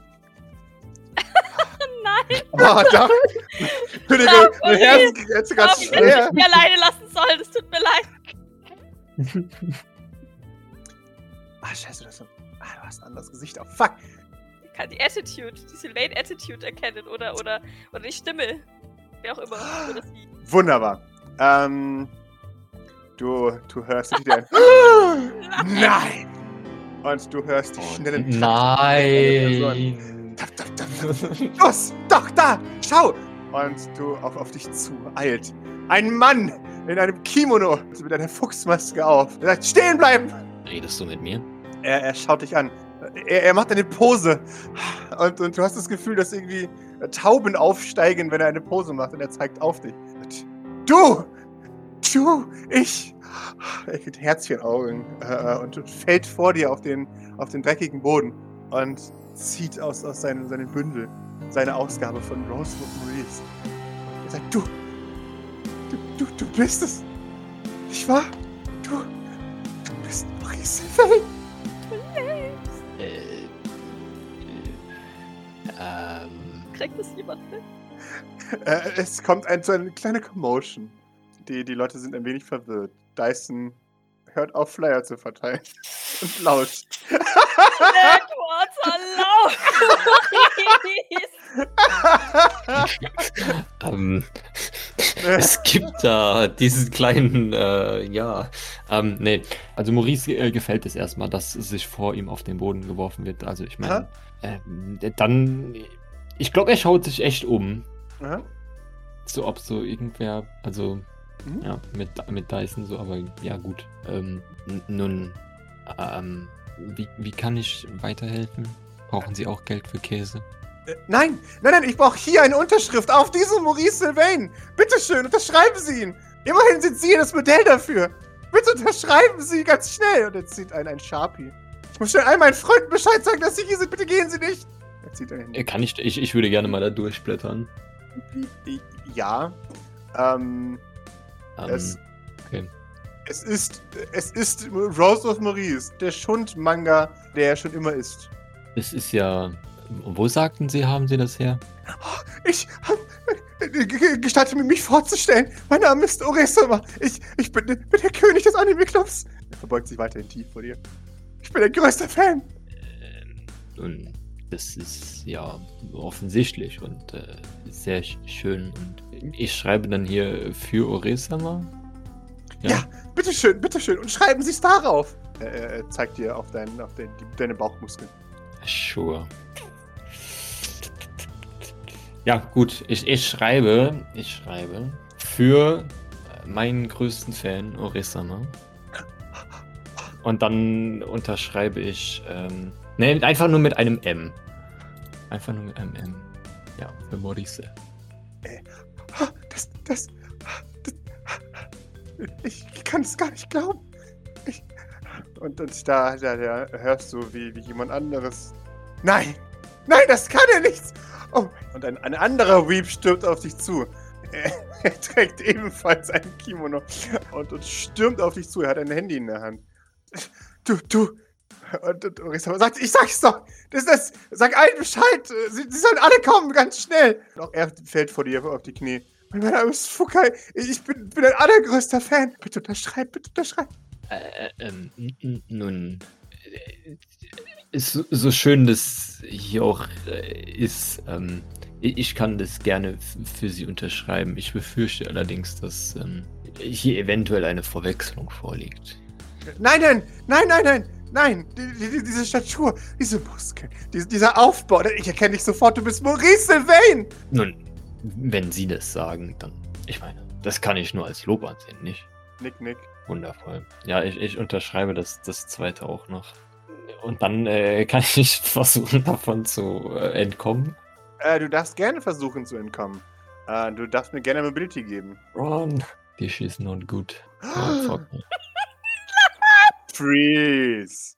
Oh, doch! Entschuldigung, mein Herz ist gerade Ich schwer. hätte mich alleine lassen sollen, es tut mir leid. Ah, scheiße, du hast ein anderes Gesicht auf. Fuck! Ich kann die Attitude, die Sylvain Attitude erkennen oder die Stimme. Wer auch immer. Oder sie. Wunderbar. Du hörst dich wieder ein Nein! Und du hörst die schnellen Nein! Los! Doch, da! Schau! Und du auf dich zu eilt. Ein Mann in einem Kimono mit einer Fuchsmaske auf. Er sagt, stehen bleiben! Redest du mit mir? Er schaut dich an. Er macht eine Pose. Und du hast das Gefühl, dass irgendwie Tauben aufsteigen, wenn er eine Pose macht. Und er zeigt auf dich. Du! Ich! Er kriegt Herzchenaugen und fällt vor dir auf den dreckigen Boden und zieht aus seinem Bündel seine Ausgabe von Rosewood Maurice. Er sagt, du bist es. Nicht wahr? Du bist Maurice Sylvain. Kriegt das jemand mit? Es kommt so eine kleine Commotion. Die Leute sind ein wenig verwirrt. Dyson hört auf, Flyer zu verteilen und lauscht. That was allowed! Es gibt da diesen kleinen, nee. Also Maurice gefällt es erstmal, dass sich vor ihm auf den Boden geworfen wird. Also ich meine, ich glaube, er schaut sich echt um. Aha. So, ob so irgendwer, also, ja, mit Dyson so, aber ja, gut. Wie kann ich weiterhelfen? Brauchen Sie auch Geld für Käse? Nein, ich brauche hier eine Unterschrift auf diesen Maurice Sylvain. Bitte schön, unterschreiben Sie ihn. Immerhin sind Sie das Modell dafür. Bitte unterschreiben Sie ganz schnell. Und er zieht ein Sharpie. Ich muss schnell all meinen Freunden Bescheid sagen, dass Sie hier sind. Bitte gehen Sie nicht. Er zieht ein. Ich würde gerne mal da durchblättern. Ja. Okay. Es ist Rose of Maurice, der Schund-Manga, der schon immer ist. Es ist ja. Wo sagten Sie, haben Sie das her? Gestatte mir, mich vorzustellen. Mein Name ist Oresama. Ich bin der König des Anime-Clubs. Er verbeugt sich weiterhin tief vor dir. Ich bin der größte Fan. Nun, das ist ja offensichtlich und sehr schön. Und ich schreibe dann hier für Oresama. Ja, bitteschön. Und schreiben Sie es darauf. Er zeigt dir auf deine Bauchmuskeln. Sure. Ja, gut. Ich schreibe für meinen größten Fan, Oresama. Und dann unterschreibe ich, einfach nur mit einem M. Einfach nur mit einem M. Ja, für Maurice. Ich kann es gar nicht glauben. Und da hörst du, wie jemand anderes. Nein, das kann er nicht. Oh, und ein anderer Weep stürmt auf dich zu. Er trägt ebenfalls ein Kimono und stürmt auf dich zu. Er hat ein Handy in der Hand. Du. Und Orisama sagt, ich sag's doch. Sag allen Bescheid. Sie sollen alle kommen, ganz schnell. Und auch er fällt vor dir auf die Knie. Mein Name ist Fukai. Ich bin dein allergrößter Fan. Bitte unterschreib. Nun, ist so schön, dass hier auch ist. Ich kann das gerne für Sie unterschreiben. Ich befürchte allerdings, dass hier eventuell eine Verwechslung vorliegt. Nein. Diese Statur, diese Muskeln, dieser Aufbau. Ich erkenne dich sofort. Du bist Maurice Sylvain. Nun, wenn Sie das sagen, dann, ich meine, das kann ich nur als Lob ansehen, nicht? Nick. Wundervoll. Ja, ich unterschreibe das zweite auch noch. Und dann kann ich versuchen, davon zu entkommen. Du darfst gerne versuchen zu entkommen. Du darfst mir gerne Mobility geben. Run! This is not good. Oh, fuck me. Freeze!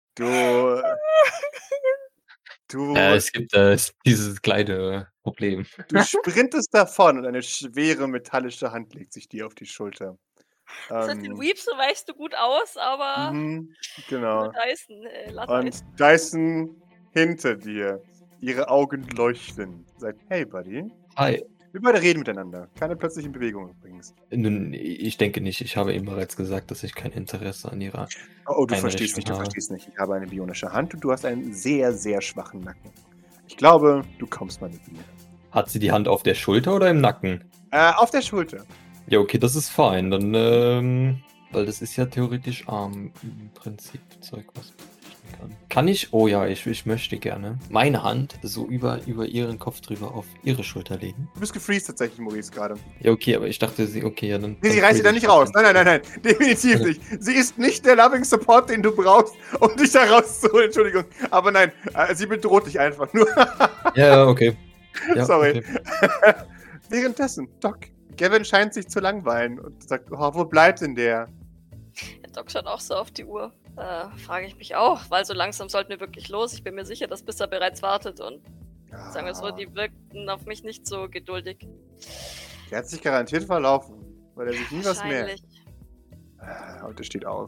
Es gibt dieses kleine Problem. Du sprintest davon und eine schwere metallische Hand legt sich dir auf die Schulter. Das heißt, den Weeps weichst du gut aus, aber genau. Dyson, und Dyson hinter dir. Ihre Augen leuchten. Sagt, hey Buddy. Hi. Wir beide reden miteinander. Keine plötzlichen Bewegungen übrigens. Nun, ich denke nicht. Ich habe eben bereits gesagt, dass ich kein Interesse an ihrer du verstehst nicht. Ich habe eine bionische Hand und du hast einen sehr, sehr schwachen Nacken. Ich glaube, du kommst mal mit mir. Hat sie die Hand auf der Schulter oder im Nacken? Auf der Schulter. Ja, okay, das ist fein. Dann, weil das ist ja theoretisch Arm im Prinzip Zeug, was man richten kann. Kann ich? Oh ja, ich möchte gerne meine Hand so über ihren Kopf drüber auf ihre Schulter legen. Du bist gefreezed tatsächlich, Maurice, gerade. Ja, okay, aber ich dachte, ja, dann... Nee, sie reißt sie da nicht raus. Nein. Definitiv nicht. Sie ist nicht der Loving Support, den du brauchst, um dich da rauszuholen. Entschuldigung. Aber nein, sie bedroht dich einfach nur. Ja, okay. Ja, sorry. Okay. Währenddessen, Doc. Gavin scheint sich zu langweilen und sagt, wo bleibt denn der? Der Doc schaut auch so auf die Uhr. Frage ich mich auch, weil so langsam sollten wir wirklich los. Ich bin mir sicher, dass Bisser bereits wartet und sagen wir so, die wirkten auf mich nicht so geduldig. Der hat sich garantiert verlaufen, weil er sich nie was merkt. Und er steht auf.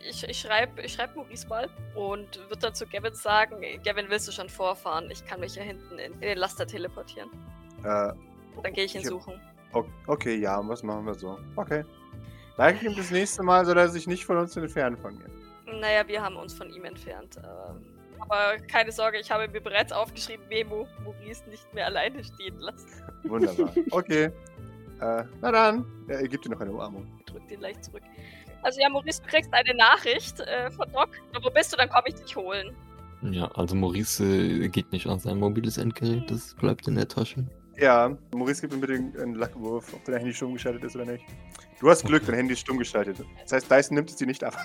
ich schreib Maurice mal und würde dann zu Gavin sagen, Gavin, willst du schon vorfahren? Ich kann mich ja hinten in den Laster teleportieren. Dann gehe ich ihn suchen. Okay, ja, und was machen wir so? Okay. Sag ich ihm das nächste Mal, soll er sich nicht von uns entfernen von mir. Naja, wir haben uns von ihm entfernt. Aber keine Sorge, ich habe mir bereits aufgeschrieben, Memo, Maurice nicht mehr alleine stehen lassen. Wunderbar. Okay. Na dann, er gibt dir noch eine Umarmung. Ich drück den leicht zurück. Also ja, Maurice, du kriegst eine Nachricht von Doc. Wo bist du? Dann komme ich dich holen. Ja, also Maurice geht nicht an sein mobiles Endgerät, das bleibt in der Tasche. Ja, Maurice gibt mir bitte einen Lackwurf, ob dein Handy stumm geschaltet ist oder nicht. Du hast Glück, dein Handy ist stumm geschaltet. Das heißt, Dyson nimmt es dir nicht ab.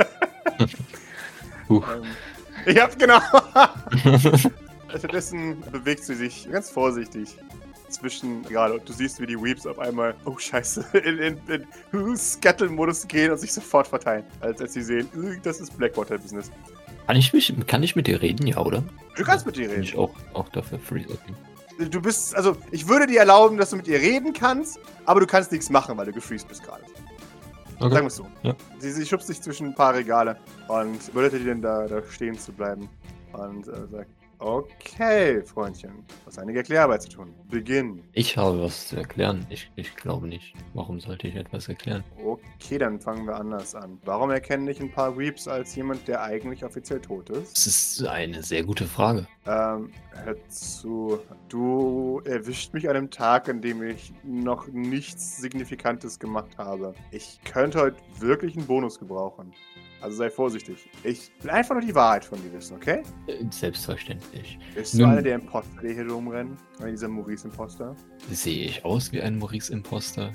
Ich hab genau. Stattdessen bewegt sie sich ganz vorsichtig zwischen Regale und du siehst, wie die Weeps auf einmal, oh Scheiße, in Scuttle-Modus gehen und sich sofort verteilen, als sie sehen, das ist Blackwater-Business. Kann ich mit dir reden, ja, oder? Du kannst mit dir reden. Bin ich auch dafür free. Okay. Du bist, also, ich würde dir erlauben, dass du mit ihr reden kannst, aber du kannst nichts machen, weil du gefreezed bist gerade. Okay. Sagen wir es so. Ja. Sie schubst sich zwischen ein paar Regale und bittet dir dann da stehen zu bleiben und sagt, okay, Freundchen, du hast einige Erklärarbeit zu tun. Beginn. Ich habe was zu erklären. Ich glaube nicht. Warum sollte ich etwas erklären? Okay, dann fangen wir anders an. Warum erkennen dich ein paar Weeps als jemand, der eigentlich offiziell tot ist? Das ist eine sehr gute Frage. Hör zu. Du erwischt mich an einem Tag, an dem ich noch nichts Signifikantes gemacht habe. Ich könnte heute wirklich einen Bonus gebrauchen. Also sei vorsichtig. Ich will einfach nur die Wahrheit von dir wissen, okay? Selbstverständlich. Bist du einer der Imposter, die hier rumrennen? Oder dieser Maurice-Imposter? Sehe ich aus wie ein Maurice-Imposter?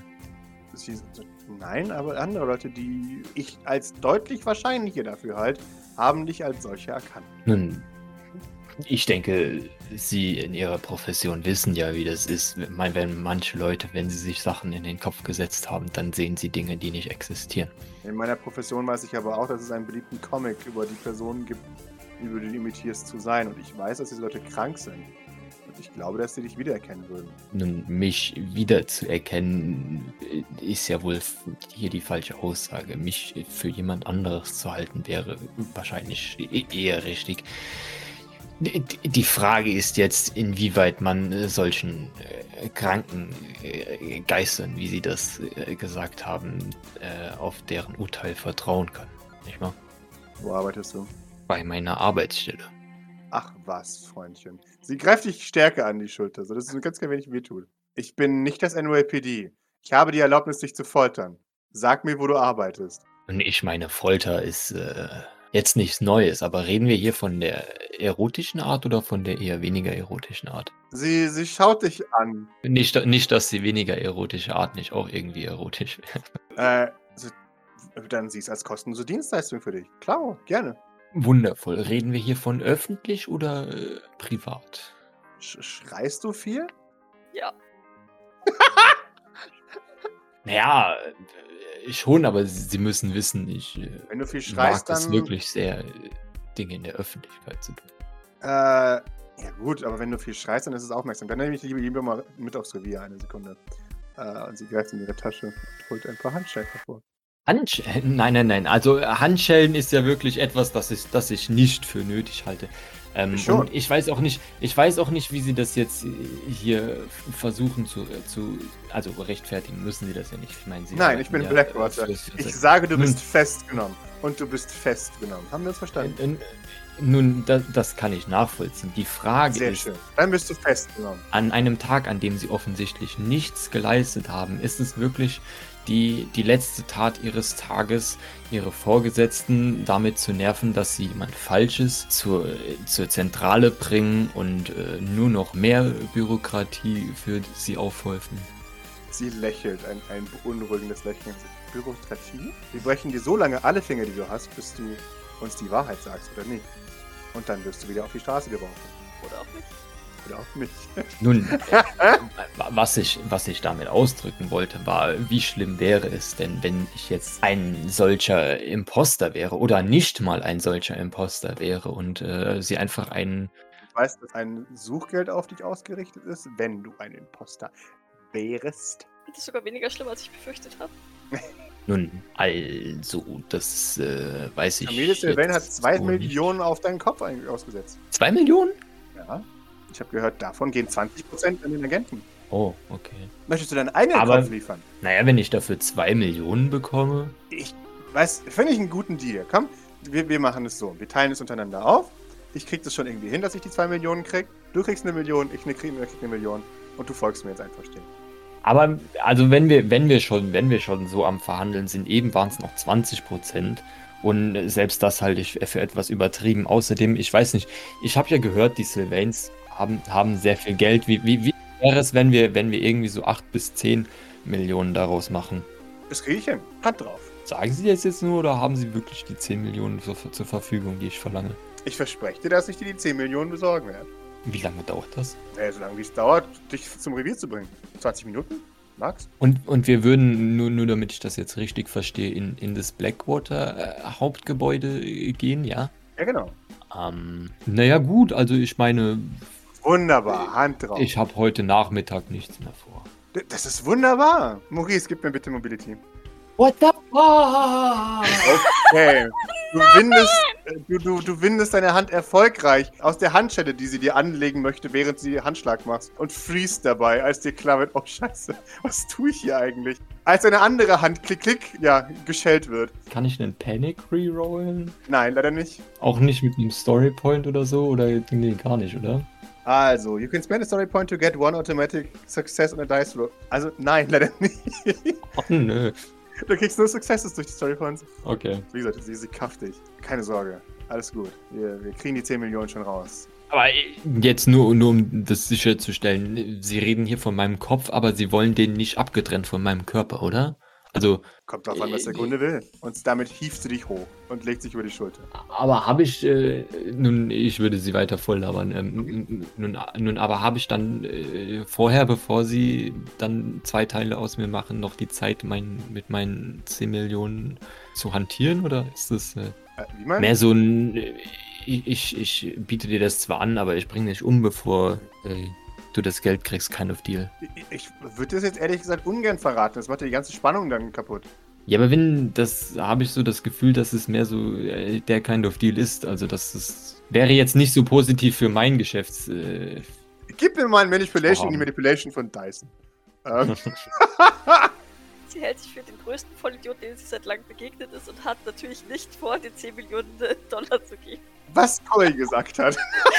Nein, aber andere Leute, die ich als deutlich wahrscheinlicher dafür halte, haben dich als solcher erkannt. Nun, ich denke, Sie in Ihrer Profession wissen ja, wie das ist. Wenn manche Leute, wenn sie sich Sachen in den Kopf gesetzt haben, dann sehen sie Dinge, die nicht existieren. In meiner Profession weiß ich aber auch, dass es einen beliebten Comic über die Personen gibt, die du imitierst zu sein. Und ich weiß, dass diese Leute krank sind. Und ich glaube, dass sie dich wiedererkennen würden. Nun, mich wiederzuerkennen, ist ja wohl hier die falsche Aussage. Mich für jemand anderes zu halten, wäre wahrscheinlich eher richtig. Die Frage ist jetzt, inwieweit man solchen kranken Geistern, wie Sie das gesagt haben, auf deren Urteil vertrauen kann. Nicht wahr? Wo arbeitest du? Bei meiner Arbeitsstelle. Ach was, Freundchen. Sie greift dich stärker an die Schulter, sodass es ganz wenig wehtut. Ich bin nicht das NYPD. Ich habe die Erlaubnis, dich zu foltern. Sag mir, wo du arbeitest. Und ich meine, Folter ist jetzt nichts Neues, aber reden wir hier von der erotischen Art oder von der eher weniger erotischen Art? Sie schaut dich an. Nicht, dass die weniger erotische Art nicht auch irgendwie erotisch wäre. Dann siehst du als kostenlose Dienstleistung für dich. Klar, gerne. Wundervoll. Reden wir hier von öffentlich oder privat? Schreist du viel? Ja. Naja, schon, aber Sie müssen wissen, ich Wenn du viel schreist, mag es dann wirklich sehr, Dinge in der Öffentlichkeit zu tun. ja gut, aber wenn du viel schreist, dann ist es aufmerksam. Dann nehme ich lieber mal mit aufs Revier, eine Sekunde. Und sie greift in ihre Tasche und holt ein paar Handschellen hervor. Nein. Also Handschellen ist ja wirklich etwas, das ich nicht für nötig halte. Und ich weiß auch nicht, wie Sie das jetzt hier versuchen also rechtfertigen müssen Sie das ja nicht. Ich meine, Nein, ich bin ja, Blackwater. Ich sage, du bist festgenommen. Und du bist festgenommen. Haben wir das verstanden? Nun, das kann ich nachvollziehen. Die Frage Sehr ist, schön. Dann bist du festgenommen. an einem Tag, an dem Sie offensichtlich nichts geleistet haben, ist es wirklich die letzte Tat Ihres Tages, Ihre Vorgesetzten damit zu nerven, dass Sie jemand Falsches zur Zentrale bringen und nur noch mehr Bürokratie für Sie aufhäufen? Sie lächelt, ein beunruhigendes Lächeln. Bürokratie? Wir brechen dir so lange alle Finger, die du hast, bis du uns die Wahrheit sagst, oder nicht? Und dann wirst du wieder auf die Straße geworfen. Oder auch nicht. Oder auch nicht. Nun, was ich damit ausdrücken wollte, war, wie schlimm wäre es denn, wenn ich jetzt ein solcher Imposter wäre oder nicht mal ein solcher Imposter wäre und Sie einfach einen... Du weißt, dass ein Suchgeld auf dich ausgerichtet ist, wenn du ein Imposter wärst. Das ist sogar weniger schlimm, als ich befürchtet habe. Nun, also, das weiß ich. Camille Sylvain hat jetzt 2 so Millionen auf deinen Kopf ausgesetzt. 2 Millionen? Ja. Ich habe gehört, davon gehen 20% an den Agenten. Oh, okay. Möchtest du deinen eigenen Aber- Kopf liefern? Naja, wenn ich dafür 2 Millionen bekomme. Finde ich einen guten Deal. Komm, wir machen es so. Wir teilen es untereinander auf. Ich krieg das schon irgendwie hin, dass ich die 2 Millionen krieg. Du kriegst 1 Million, ich krieg 1 Million. Und du folgst mir jetzt einfach stehen. Aber, also wenn wir schon so am Verhandeln sind, eben waren es noch 20%. Und selbst das halte ich für etwas übertrieben. Außerdem, ich weiß nicht, ich habe ja gehört, die Sylvains haben sehr viel Geld. Wie wäre es, wenn wir irgendwie so 8 bis 10 Millionen daraus machen? Das kriege ich hin. Hand drauf. Sagen Sie das jetzt nur oder haben Sie wirklich die 10 Millionen zur Verfügung, die ich verlange? Ich verspreche dir, dass ich dir die 10 Millionen besorgen werde. Wie lange dauert das? Naja, so lange wie es dauert, dich zum Revier zu bringen. 20 Minuten? Max? Und wir würden, nur damit ich das jetzt richtig verstehe, in das Blackwater Hauptgebäude gehen, ja? Ja, genau. Naja gut, also ich meine, Wunderbar. Hand drauf. ich habe heute Nachmittag nichts mehr vor. Das ist wunderbar. Maurice, gib mir bitte Mobility. What the fuck? Okay. Du windest deine Hand erfolgreich aus der Handschelle, die sie dir anlegen möchte, während sie Handschlag machst. Und fließt dabei, als dir klar wird, oh Scheiße, was tue ich hier eigentlich? Als eine andere Hand, klick, klick, ja, geschellt wird. Kann ich einen Panic rerollen? Nein, leider nicht. Auch nicht mit einem Story Point oder so? Oder nee, gar nicht, oder? Also, you can spend a story point to get 1 automatic success on a dice roll. Also, nein, leider nicht. Oh nö. Du kriegst nur Successes durch die Story points. Okay. Wie gesagt, sie kafft dich. Keine Sorge. Alles gut. Wir kriegen die 10 Millionen schon raus. Aber jetzt nur um das sicherzustellen, Sie reden hier von meinem Kopf, aber Sie wollen den nicht abgetrennt von meinem Körper, oder? Also, Kommt drauf an, was der Kunde will. Und damit hieft sie dich hoch und legt sich über die Schulter. aber habe ich, nun, ich würde Sie weiter voll labern, nun, aber habe ich dann vorher, bevor Sie dann 2 Teile aus mir machen, noch die Zeit, mit meinen 10 Millionen zu hantieren, oder ist das Wie meinst mehr so ein, ich biete dir das zwar an, aber ich bringe dich um, bevor du das Geld kriegst, kind of deal. Ich würde das jetzt ehrlich gesagt ungern verraten. Das macht ja die ganze Spannung dann kaputt. Ja, aber habe ich so das Gefühl, dass es mehr so der kind of deal ist. Also, wäre jetzt nicht so positiv für mein Geschäfts... Gib mir mal ein Manipulation, Oh. die Manipulation von Dyson. Sie hält sich für den größten Vollidiot, den sie seit langem begegnet ist und hat natürlich nicht vor, den 10 Millionen Dollar zu geben. Was Cory gesagt hat.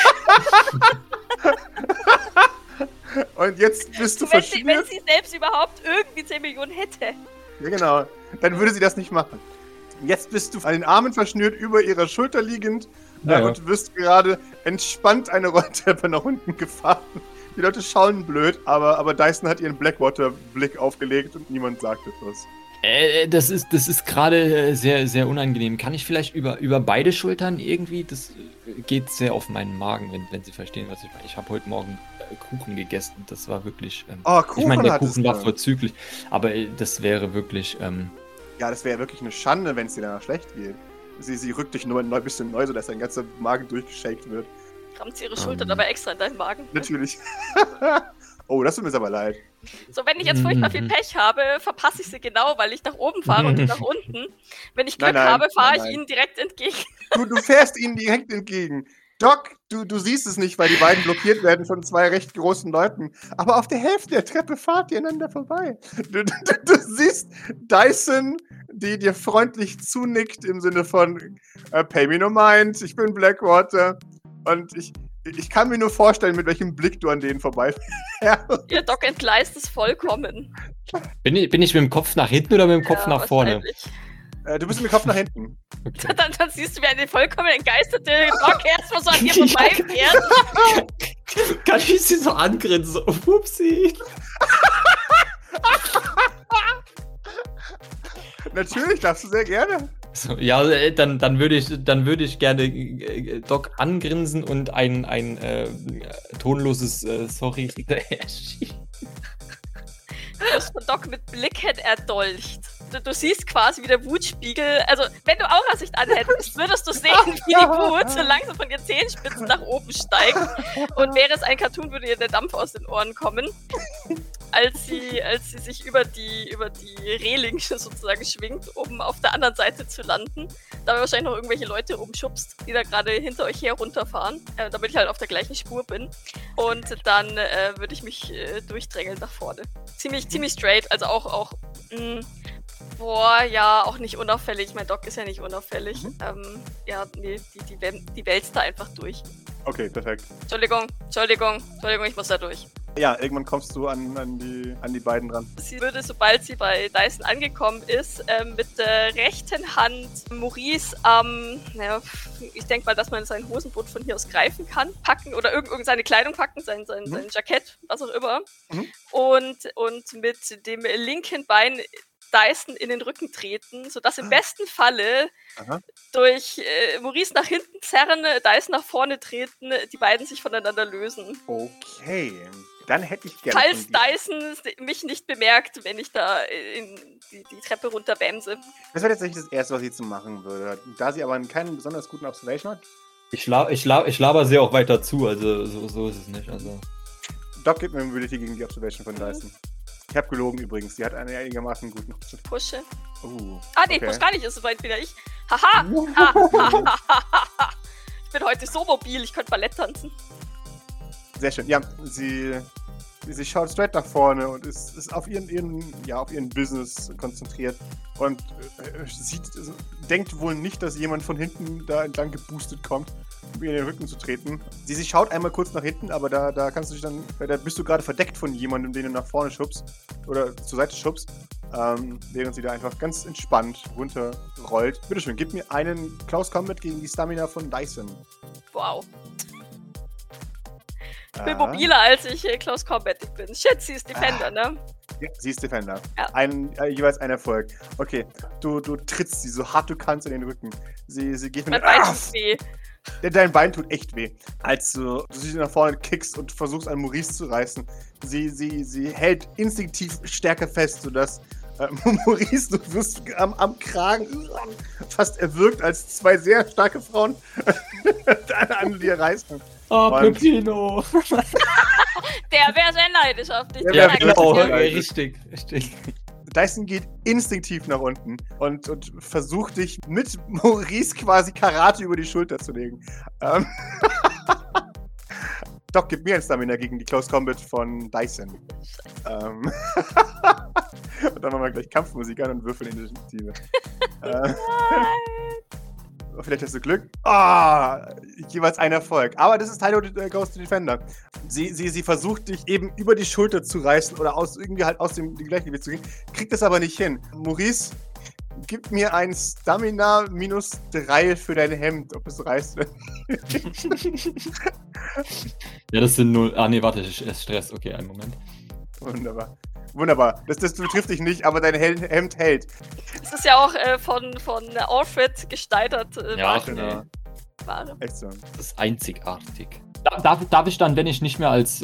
Und jetzt bist du Wenn sie verschmiert. selbst überhaupt irgendwie 10 Millionen hätte. Ja, genau. Dann würde sie das nicht machen. Jetzt bist du an den Armen verschnürt, über ihrer Schulter liegend Ja, ja. und wirst gerade entspannt eine Rolltreppe nach unten gefahren. Die Leute schauen blöd, aber Dyson hat ihren Blackwater-Blick aufgelegt und niemand sagt etwas. Das ist gerade sehr, sehr unangenehm. Kann ich vielleicht über beide Schultern irgendwie? Das geht sehr auf meinen Magen, wenn Sie verstehen, was ich meine. Ich habe heute Morgen Kuchen gegessen. Das war wirklich... Oh, Kuchen ich meine, der hattest Kuchen war du. vorzüglich, aber das wäre wirklich... Ja, das wäre wirklich eine Schande, wenn es dir danach schlecht geht. Sie rückt dich nur ein bisschen neu, sodass dein ganzer Magen durchgeschakt wird. Rammt sie ihre Schulter dabei extra in deinen Magen. Natürlich. Oh, das tut mir jetzt aber leid. So, wenn ich jetzt furchtbar viel Pech habe, verpasse ich sie genau, weil ich nach oben fahre und die nach unten. Wenn ich Glück Nein, habe, fahre nein. ich ihnen direkt entgegen. Du fährst ihnen direkt entgegen. Doc, du siehst es nicht, weil die beiden blockiert werden von 2 recht großen Leuten. Aber auf der Hälfte der Treppe fahrt ihr einander vorbei. Du siehst Dyson, die dir freundlich zunickt im Sinne von Pay me no mind, ich bin Blackwater. Und ich kann mir nur vorstellen, mit welchem Blick du an denen vorbeifährst. Ihr Doc entgleist es vollkommen. Bin ich mit dem Kopf nach hinten oder mit dem Kopf Ja, nach vorne? wahrscheinlich. Du bist mit dem Kopf nach hinten. Okay. Dann siehst du, wie eine vollkommen entgeisterte Doc erstmal so an dir vorbeifährt. Kann ich sie so angrinsen? Upsi. Natürlich, darfst du sehr gerne. So, ja, dann würde ich gerne Doc angrinsen und ein tonloses Sorry erschienen. Du wirst von Doc mit Blicken erdolcht. Du siehst quasi, wie der Wutspiegel, also wenn du Aurasicht anhättest, würdest du sehen, wie die Wut so langsam von ihren Zehenspitzen nach oben steigt. Und wäre es ein Cartoon, würde ihr der Dampf aus den Ohren kommen. als sie sich über die Reling sozusagen schwingt, um auf der anderen Seite zu landen. Da wahrscheinlich noch irgendwelche Leute rumschubst, die da gerade hinter euch her runterfahren, damit ich halt auf der gleichen Spur bin. Und dann würde ich mich durchdrängeln nach vorne. Ziemlich straight, also auch auch nicht unauffällig. Mein Doc ist ja nicht unauffällig. Die wälzt da einfach durch. Okay, perfekt. Entschuldigung, ich muss da durch. Ja, irgendwann kommst du an die beiden dran. Sie würde, sobald sie bei Dyson angekommen ist, mit der rechten Hand Maurice ich denke mal, dass man seinen Hosenbund von hier aus greifen kann, packen oder seine Kleidung packen, sein Jackett, was auch immer. Und mit dem linken Bein Dyson in den Rücken treten, sodass im besten Falle durch Maurice nach hinten zerren, Dyson nach vorne treten, die beiden sich voneinander lösen. Okay, dann hätte ich gerne... Falls Dyson mich nicht bemerkt, wenn ich da die Treppe runterbämse. Das wäre tatsächlich das Erste, was sie zu machen würde. Da sie aber keinen besonders guten Observation hat. Ich laber sie auch weiter zu, also so ist es nicht. Also. Doc gibt mir Mobility gegen die Observation von Dyson. Ich habe gelogen übrigens, sie hat einen einigermaßen guten Pushe. Okay. Push gar nicht, ist soweit wieder ich. Haha! Ich bin heute so mobil, ich könnte Ballett tanzen. Sehr schön. Ja, sie schaut straight nach vorne und ist auf ihren Business konzentriert und denkt wohl nicht, dass jemand von hinten da entlang geboostet kommt, um ihr in den Rücken zu treten. Sie schaut einmal kurz nach hinten, aber da kannst du dich dann, da bist du gerade verdeckt von jemandem, den du nach vorne schubst oder zur Seite schubst, während sie da einfach ganz entspannt runterrollt. Bitteschön, gib mir einen Close Combat gegen die Stamina von Dyson. Wow. Ich bin mobiler, als ich Close Combat bin. Shit, sie ist Defender, ne? Ja, sie ist Defender. Ja. Jeweils ein Erfolg. Okay, du trittst sie so hart du kannst in den Rücken. Sie geht mit Mein Bein tut weh. Dein Bein tut echt weh. Als du sie nach vorne kickst und versuchst, an Maurice zu reißen. Sie hält instinktiv stärker fest, sodass Maurice, du wirst am Kragen fast erwürgt, als zwei sehr starke Frauen an dir reißen. Pepino! Der wäre sehr neidisch auf dich. Ja, genau. Richtig. Dyson geht instinktiv nach unten und versucht dich mit Maurice quasi Karate über die Schulter zu legen. Doc, gib mir ein Stamina gegen die Close Combat von Dyson. Und dann machen wir gleich Kampfmusik an und würfeln Initiative. Vielleicht hast du Glück. Jeweils ein Erfolg. Aber das ist Teil der Ghost Defender. Sie versucht dich eben über die Schulter zu reißen oder irgendwie halt aus dem Gleichgewicht zu gehen. Kriegt das aber nicht hin. Maurice, gib mir ein Stamina -3 für dein Hemd, ob es reißt. Ja, das sind 0. Ah, nee, warte, es Stress. Okay, einen Moment. Wunderbar. Das betrifft dich nicht, aber dein Hemd hält. Das ist ja auch von Alfred gesteigert. Ja, genau. Ware. Echt so. Das ist einzigartig. Darf ich dann, wenn ich nicht mehr als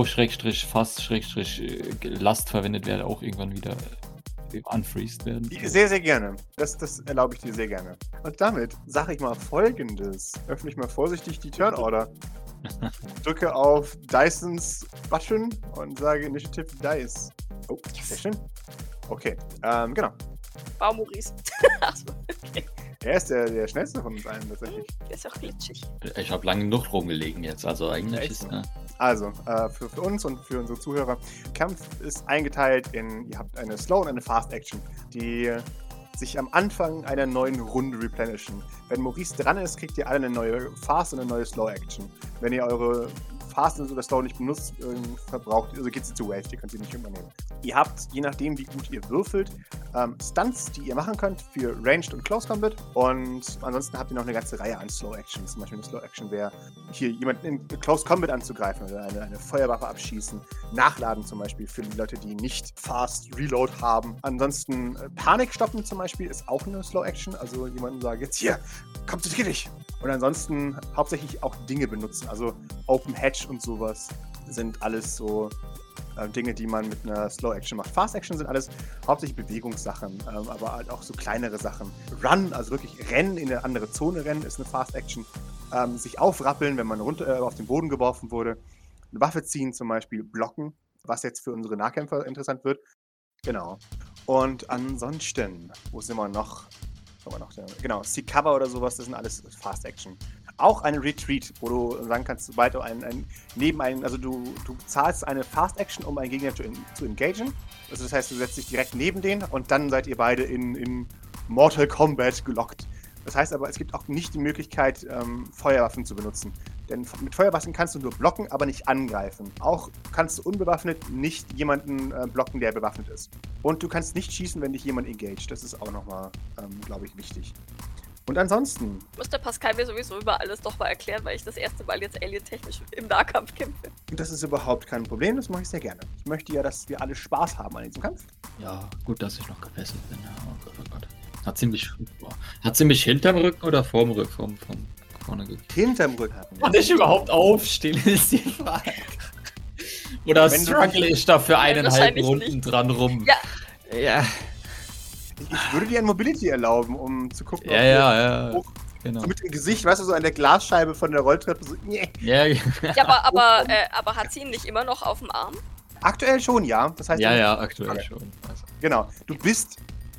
Tau-Fass-Last verwendet werde, auch irgendwann wieder unfreezed werden? Sehr, sehr gerne. Das erlaube ich dir sehr gerne. Und damit sage ich mal Folgendes. Öffne ich mal vorsichtig die Turn-Order. Drücke auf Dysons Button und sage Initiative Dice. Oh, sehr schön. Okay, genau. Wow, Maurice. Achso, okay. Er ist der schnellste von uns allen tatsächlich. Der ist auch glitschig. Ich habe lange genug rumgelegen jetzt, also eigentlich ist... Also, für uns und für unsere Zuhörer, Kampf ist eingeteilt ihr habt eine Slow und eine Fast Action, die sich am Anfang einer neuen Runde replenishen. Wenn Maurice dran ist, kriegt ihr alle eine neue Fast und eine neue Slow Action. Wenn ihr eure Fast oder Slow nicht benutzt, verbraucht, also geht sie zu Waste, ihr könnt sie nicht übernehmen. Ihr habt, je nachdem wie gut ihr würfelt, Stunts, die ihr machen könnt für Ranged und Close Combat, und ansonsten habt ihr noch eine ganze Reihe an Slow Actions. Zum Beispiel eine Slow Action wäre, hier jemanden in Close Combat anzugreifen oder eine Feuerwaffe abschießen, nachladen zum Beispiel für die Leute, die nicht Fast Reload haben. Ansonsten Panik stoppen zum Beispiel ist auch eine Slow Action, also jemanden sagen, jetzt hier, konzentrier dich! Und ansonsten hauptsächlich auch Dinge benutzen, also Open Hatch und sowas sind alles so Dinge, die man mit einer Slow Action macht. Fast Action sind alles hauptsächlich Bewegungssachen, aber halt auch so kleinere Sachen. Run, also wirklich rennen, in eine andere Zone rennen, ist eine Fast Action. Sich aufrappeln, wenn man runter auf den Boden geworfen wurde. Eine Waffe ziehen zum Beispiel, blocken was jetzt für unsere Nahkämpfer interessant wird. Genau. Und ansonsten, wo sind wir noch? Genau, Seek Cover oder sowas, das sind alles Fast Action. Auch eine Retreat, wo du sagen kannst, sobald du also du zahlst eine Fast Action, um einen Gegner zu engagen. Also das heißt, du setzt dich direkt neben den und dann seid ihr beide in Mortal Kombat gelockt. Das heißt aber, es gibt auch nicht die Möglichkeit, Feuerwaffen zu benutzen. Denn mit Feuerwaffen kannst du nur blocken, aber nicht angreifen. Auch kannst du unbewaffnet nicht jemanden blocken, der bewaffnet ist. Und du kannst nicht schießen, wenn dich jemand engaged. Das ist auch nochmal, glaube ich, wichtig. Und ansonsten... Muss der Pascal mir sowieso über alles doch mal erklären, weil ich das erste Mal jetzt alientechnisch im Nahkampf kämpfe. Und das ist überhaupt kein Problem, das mache ich sehr gerne. Ich möchte ja, dass wir alle Spaß haben an diesem Kampf. Ja, gut, dass ich noch gefesselt bin. Oh Gott, oh Gott. Hat sie mich hinterm Rücken oder vorm Rücken? Vorne gekriegt. Hinterm Rücken. Kann ich überhaupt aufstehen, ist die Frage. Oder struggle ich da für 1,5 Runden nicht dran rum? Ja. Ich würde dir ein Mobility erlauben, um zu gucken, Ja. Genau. So mit dem Gesicht, weißt du, so an der Glasscheibe von der Rolltreppe. So, ja, aber hat sie ihn nicht immer noch auf dem Arm? Aktuell schon, ja. Das heißt, aktuell schon. Also. Genau. Du bist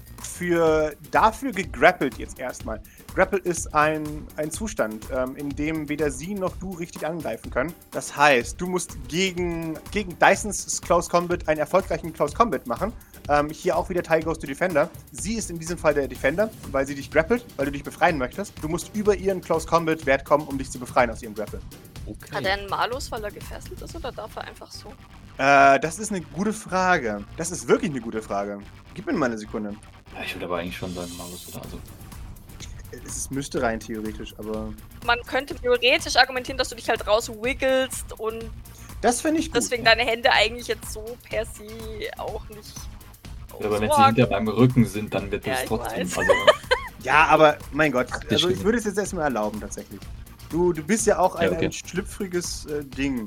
dafür gegrappelt jetzt erstmal. Grapple ist ein Zustand, in dem weder sie noch du richtig angreifen können. Das heißt, du musst gegen Dysons Close Combat einen erfolgreichen Close Combat machen. Hier auch wieder Tie goes to Defender. Sie ist in diesem Fall der Defender, weil sie dich grappelt, weil du dich befreien möchtest. Du musst über ihren Close Combat Wert kommen, um dich zu befreien aus ihrem Grapple. Okay. Hat er einen Malus, weil er gefesselt ist, oder darf er einfach so? Das ist eine gute Frage. Das ist wirklich eine gute Frage. Gib mir mal eine Sekunde. Ja, ich würde aber eigentlich schon sagen, Malus oder also. Es müsste rein theoretisch, aber... Man könnte theoretisch argumentieren, dass du dich halt rauswiggelst und... Das finde ich gut. Deswegen deine Hände eigentlich jetzt so per se auch nicht... Ja, aber wenn sie hinter meinem Rücken sind, dann wird das trotzdem... Also, ja, aber mein Gott, also ich würde es jetzt erstmal erlauben, tatsächlich. Du bist ja auch ein schlüpfriges Ding.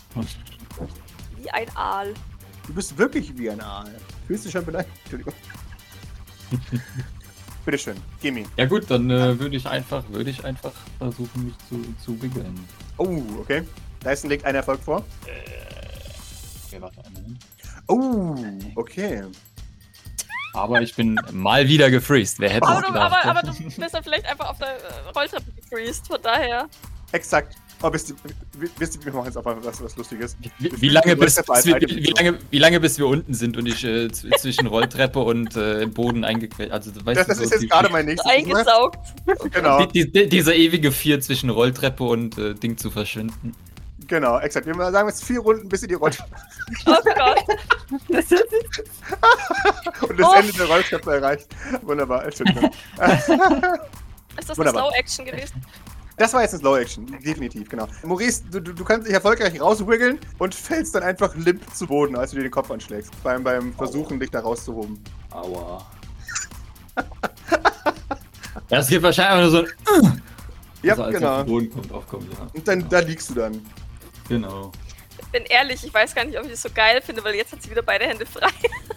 Wie ein Aal. Du bist wirklich wie ein Aal. Fühlst du dich schon beleidigt? Entschuldigung. Bitteschön, gimme. Ja gut, dann würde ich einfach versuchen, mich zu wickeln. Oh, okay. Dyson legt einen Erfolg vor. Okay, warte einen. Oh, okay. Aber ich bin mal wieder gefreezed. Wer hätte es gedacht? Aber du bist dann vielleicht einfach auf der Rolltreppe gefreezed, von daher. Exakt. Oh, wir machen jetzt auch mal was Lustiges. Wie lange bis wir unten sind und ich zwischen Rolltreppe und Boden eingequetscht. Also, das ist jetzt gerade mein nächstes. Eingesaugt. Genau. Dieser ewige Vier zwischen Rolltreppe und Ding zu verschwinden. Genau, exakt. Wir sagen jetzt 4 Runden, bis ihr die Rolltreppe. Oh Gott. Und das Ende der Rolltreppe erreicht. Wunderbar, Entschuldigung. Ist das eine Slow-Action gewesen? Das war jetzt eine Slow-Action, definitiv, genau. Maurice, du kannst dich erfolgreich rauswiggeln und fällst dann einfach limp zu Boden, als du dir den Kopf anschlägst. Beim Versuchen, dich da rauszuhoben. Aua. Das gibt wahrscheinlich nur so ein... Ja, also, als genau. Auf den Boden kommt, aufkommt, ja. Und dann da liegst du dann. Genau. Ich bin ehrlich, ich weiß gar nicht, ob ich das so geil finde, weil jetzt hat sie wieder beide Hände frei.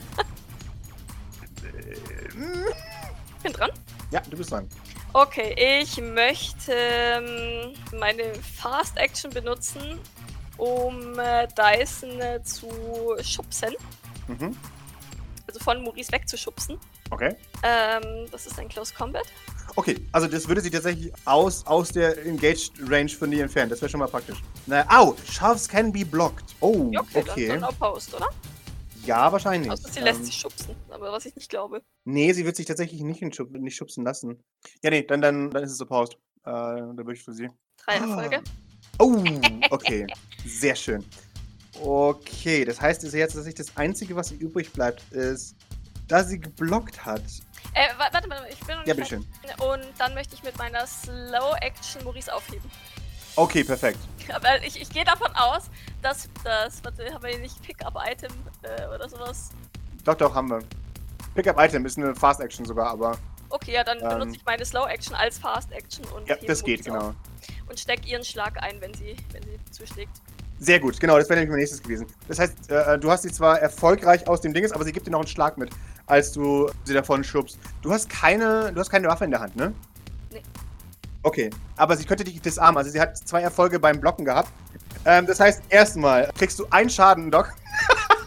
Ich bin dran? Ja, du bist dran. Okay, ich möchte meine Fast Action benutzen, um Dyson zu schubsen. Mhm. Also von Maurice wegzuschubsen. Okay. Das ist ein Close Combat. Okay, also das würde sie tatsächlich aus der Engaged Range von dir entfernen. Das wäre schon mal praktisch. Au! Shoves can be blocked. Oh, ja, okay. Dann opposed, oder? Ja, wahrscheinlich. Also sie lässt sich schubsen, aber was ich nicht glaube. Nee, sie wird sich tatsächlich nicht schubsen lassen. Ja, nee, dann ist es opposed. Dann würde ich für sie. 3 Erfolge. Oh, okay. Sehr schön. Okay, das heißt jetzt, dass das Einzige, was ihr übrig bleibt, ist, da sie geblockt hat. Warte mal, ich bin noch nicht. Ja, bitteschön. Und dann möchte ich mit meiner Slow Action Maurice aufheben. Okay, perfekt. Aber ich gehe davon aus, dass warte, haben wir hier nicht Pick-up-Item oder sowas? Doch, haben wir. Pick-up-Item ist eine Fast-Action sogar, aber... Okay, ja, dann benutze ich meine Slow-Action als Fast-Action und ja, das geht, genau. Und steck ihren Schlag ein, wenn sie zuschlägt. Sehr gut, genau, das wäre nämlich mein nächstes gewesen. Das heißt, du hast sie zwar erfolgreich aus dem Dinges, aber sie gibt dir noch einen Schlag mit, als du sie davon schubst. Du hast keine Waffe in der Hand, ne? Nee. Okay, aber sie könnte dich disarmen, also sie hat 2 Erfolge beim Blocken gehabt. Das heißt, erstmal kriegst du einen Schaden, Doc.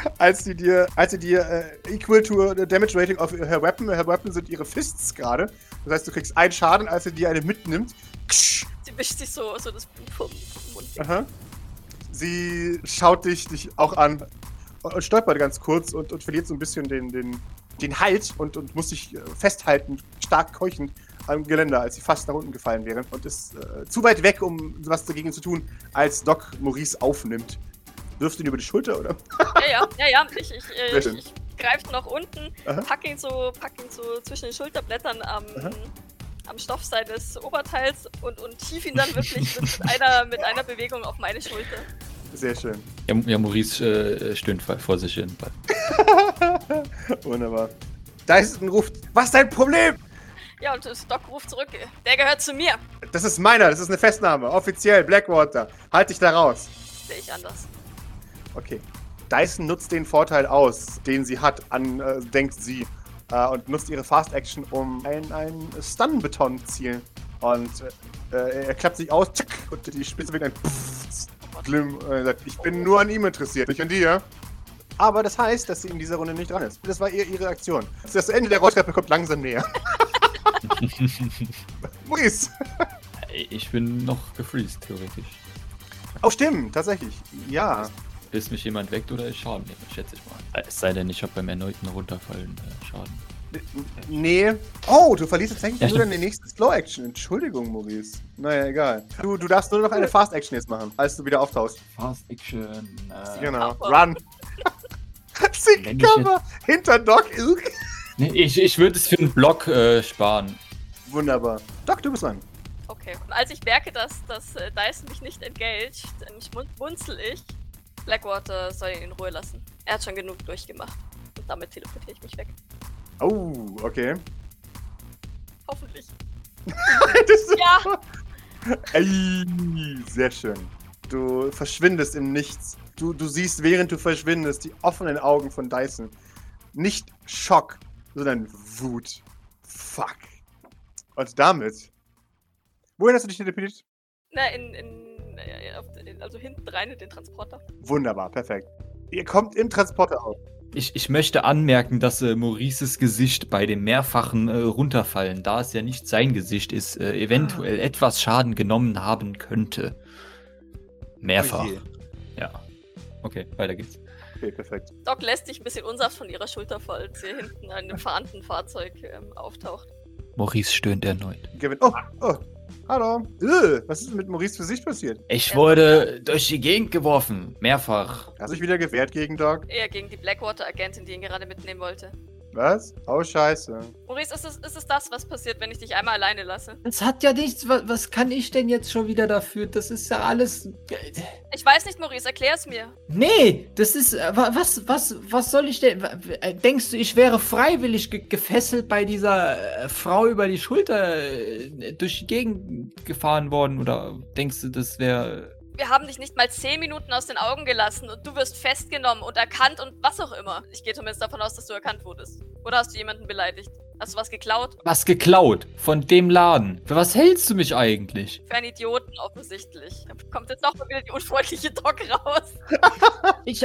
als sie dir equal to the damage rating of her weapon sind ihre Fists gerade. Das heißt, du kriegst einen Schaden, als sie dir eine mitnimmt. Sie wischt sich so das Blut vom Mund. Aha. Sie schaut dich auch an und stolpert ganz kurz und verliert so ein bisschen den Halt und muss sich festhalten, stark keuchend am Geländer, als sie fast nach unten gefallen wäre. Und ist zu weit weg, um was dagegen zu tun, als Doc Maurice aufnimmt. Wirft ihn über die Schulter, oder? Ja. Ich greife nach unten, pack ihn so zwischen den Schulterblättern am Stoff seines Oberteils und hief ihn dann wirklich mit einer Bewegung auf meine Schulter. Sehr schön. Ja, Maurice stöhnt vor sich hin. Wunderbar. Dyson ruft, was ist dein Problem? Ja, und Doc ruft zurück, der gehört zu mir. Das ist meiner, das ist eine Festnahme. Offiziell, Blackwater. Halt dich da raus. Sehe ich anders. Okay. Dyson nutzt den Vorteil aus, den sie hat, denkt sie, und nutzt ihre Fast Action, um einen Stun-Beton zu zielen. Und er klappt sich aus, tschick, und die Spitze wird ein Glimm. Und er sagt, ich bin nur an ihm interessiert, nicht an dir. Aber das heißt, dass sie in dieser Runde nicht dran ist. Das war ihre Aktion. Das Ende der Rolltreppe kommt langsam näher. Maurice! Ich bin noch gefreezed, theoretisch. Oh, stimmt, tatsächlich. Ja. Bis mich jemand weckt oder ich Schaden nehme, schätze ich mal. Es sei denn, ich habe beim erneuten Runterfallen Schaden. Nee. Oh, du verlierst tatsächlich nur deine nächste Slow-Action. Entschuldigung, Maurice. Naja, egal. Du darfst nur noch eine Fast-Action jetzt machen, als du wieder auftauchst. Fast-Action. Genau. Run. Cover hinter Doc. Nee, ich würde es für einen Block sparen. Wunderbar. Doc, du bist dran. Okay. Und als ich merke, dass Dyson mich nicht engaged, dann schmunzel ich. Blackwater soll ihn in Ruhe lassen. Er hat schon genug durchgemacht. Und damit teleportiere ich mich weg. Oh, okay. Hoffentlich. Ja! Ey, sehr schön. Du verschwindest im Nichts. Du siehst, während du verschwindest, die offenen Augen von Dyson. Nicht Schock, sondern Wut. Fuck. Und damit... Wohin hast du dich teleportiert? Na, also hinten rein in den Transporter. Wunderbar, perfekt. Ihr kommt im Transporter auf. Ich möchte anmerken, dass Maurices Gesicht bei dem mehrfachen Runterfallen, da es ja nicht sein Gesicht ist, eventuell etwas Schaden genommen haben könnte. Mehrfach. Oh je. Ja. Okay, weiter geht's. Okay, perfekt. Doc lässt sich ein bisschen unsanft von ihrer Schulter fallen, als sie hinten in einem fahrenden Fahrzeug auftaucht. Maurice stöhnt erneut. Kevin, oh, hallo. Was ist mit Maurice für sich passiert? Ich wurde durch die Gegend geworfen. Mehrfach. Hast du dich wieder gewehrt gegen Doc? Eher gegen die Blackwater-Agentin, die ihn gerade mitnehmen wollte. Was? Oh, scheiße. Maurice, ist es das, was passiert, wenn ich dich einmal alleine lasse? Das hat ja nichts. Was kann ich denn jetzt schon wieder dafür? Das ist ja alles. Ich weiß nicht, Maurice, erklär's mir. Nee, das ist. Was soll ich denn. Denkst du, ich wäre freiwillig gefesselt bei dieser Frau über die Schulter durch die Gegend gefahren worden? Oder denkst du, das wäre. Wir haben dich nicht mal 10 Minuten aus den Augen gelassen und du wirst festgenommen und erkannt und was auch immer. Ich gehe zumindest davon aus, dass du erkannt wurdest. Oder hast du jemanden beleidigt? Hast du was geklaut? Was geklaut? Von dem Laden? Für was hältst du mich eigentlich? Für einen Idioten offensichtlich. Da kommt jetzt noch mal wieder die unfreundliche Doc raus. Ich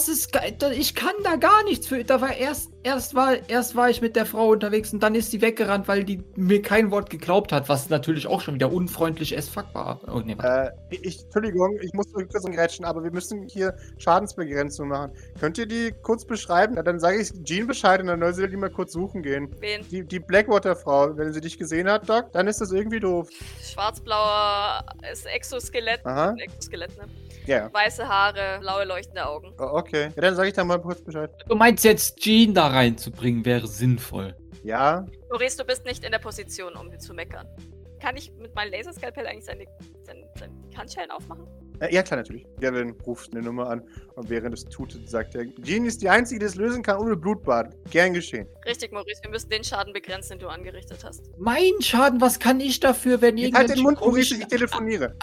kann da gar nichts für. Da war erst war ich mit der Frau unterwegs und dann ist sie weggerannt, weil die mir kein Wort geglaubt hat, was natürlich auch schon wieder unfreundlich as fuck war. Oh, nee, Entschuldigung, ich muss kurz grätschen, aber wir müssen hier Schadensbegrenzung machen. Könnt ihr die kurz beschreiben? Ja, dann sage ich Jean Bescheid und dann soll sie die mal kurz suchen gehen. Wen? Die Blackwater-Frau, wenn sie dich gesehen hat, Doc, dann ist das irgendwie doof. Schwarzblauer ist Exoskelett. Aha. Exoskelett, ne? Ja. Weiße Haare, blaue leuchtende Augen. Oh, okay. Ja, dann sage ich da mal kurz Bescheid. Du meinst jetzt, Jean da reinzubringen, wäre sinnvoll. Ja. Maurice, du bist nicht in der Position, um zu meckern. Kann ich mit meinem Laserskalpell eigentlich seine Handschellen aufmachen? Ja, klar, natürlich. Gavin ruft eine Nummer an und während es tut, sagt er, Jean ist die Einzige, die es lösen kann ohne Blutbad. Gern geschehen. Richtig, Maurice, wir müssen den Schaden begrenzen, den du angerichtet hast. Mein Schaden, was kann ich dafür, wenn halt den Mund, Maurice, ich telefoniere.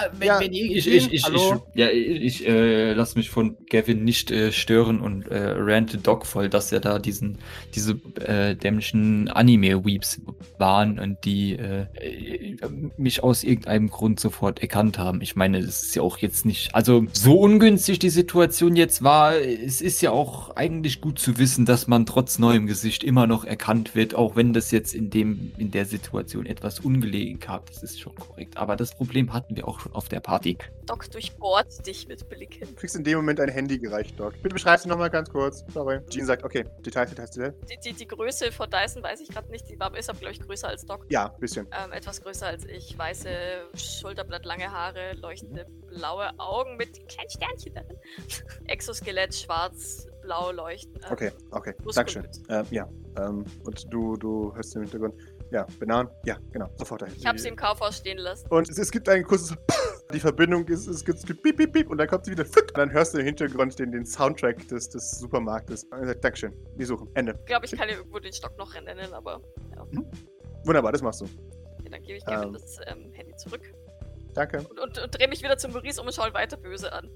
Ich lasse mich von Gavin nicht stören und rante Doc voll, dass er da diese dämlichen Anime-Weeps waren und die mich aus irgendeinem Grund sofort erkannt haben. Ich meine, es ist ja auch jetzt nicht, also so ungünstig die Situation jetzt war, es ist ja auch eigentlich gut zu wissen, dass man trotz neuem Gesicht immer noch erkannt wird, auch wenn das jetzt in der Situation etwas ungelegen kam. Das ist schon korrekt. Aber das Problem hatten wir auch schon auf der Party. Doc durchbohrt dich mit Blicken. Du kriegst in dem Moment ein Handy gereicht, Doc. Bitte beschreibst du nochmal ganz kurz. Sorry. Jean sagt, okay, Details. Die Größe von Dyson weiß ich gerade nicht. Die ist aber, glaube ich, größer als Doc. Ja, ein bisschen. Etwas größer als ich. Weiße Schulterblatt, lange Haare, leuchtende blaue Augen mit kleinen Sternchen darin. Exoskelett, schwarz, blau leuchten. Okay. Dankeschön. Und du hörst im Hintergrund. Ja, Bananen. Ja, genau. Sofort dahin. Ich habe sie im Kaufhaus stehen lassen. Und es gibt ein kurzes die Verbindung ist, es gibt piep, piep, piep und dann kommt sie wieder und dann hörst du im Hintergrund den Soundtrack des Supermarktes. Und er sagt, Dankeschön, wir suchen. Ende. Ich glaube, ich kann hier irgendwo den Stock noch nennen, aber ja. Wunderbar, das machst du. Okay, dann gebe ich Kevin das Handy zurück. Danke. Und drehe mich wieder zu Maurice und schaue weiter böse an.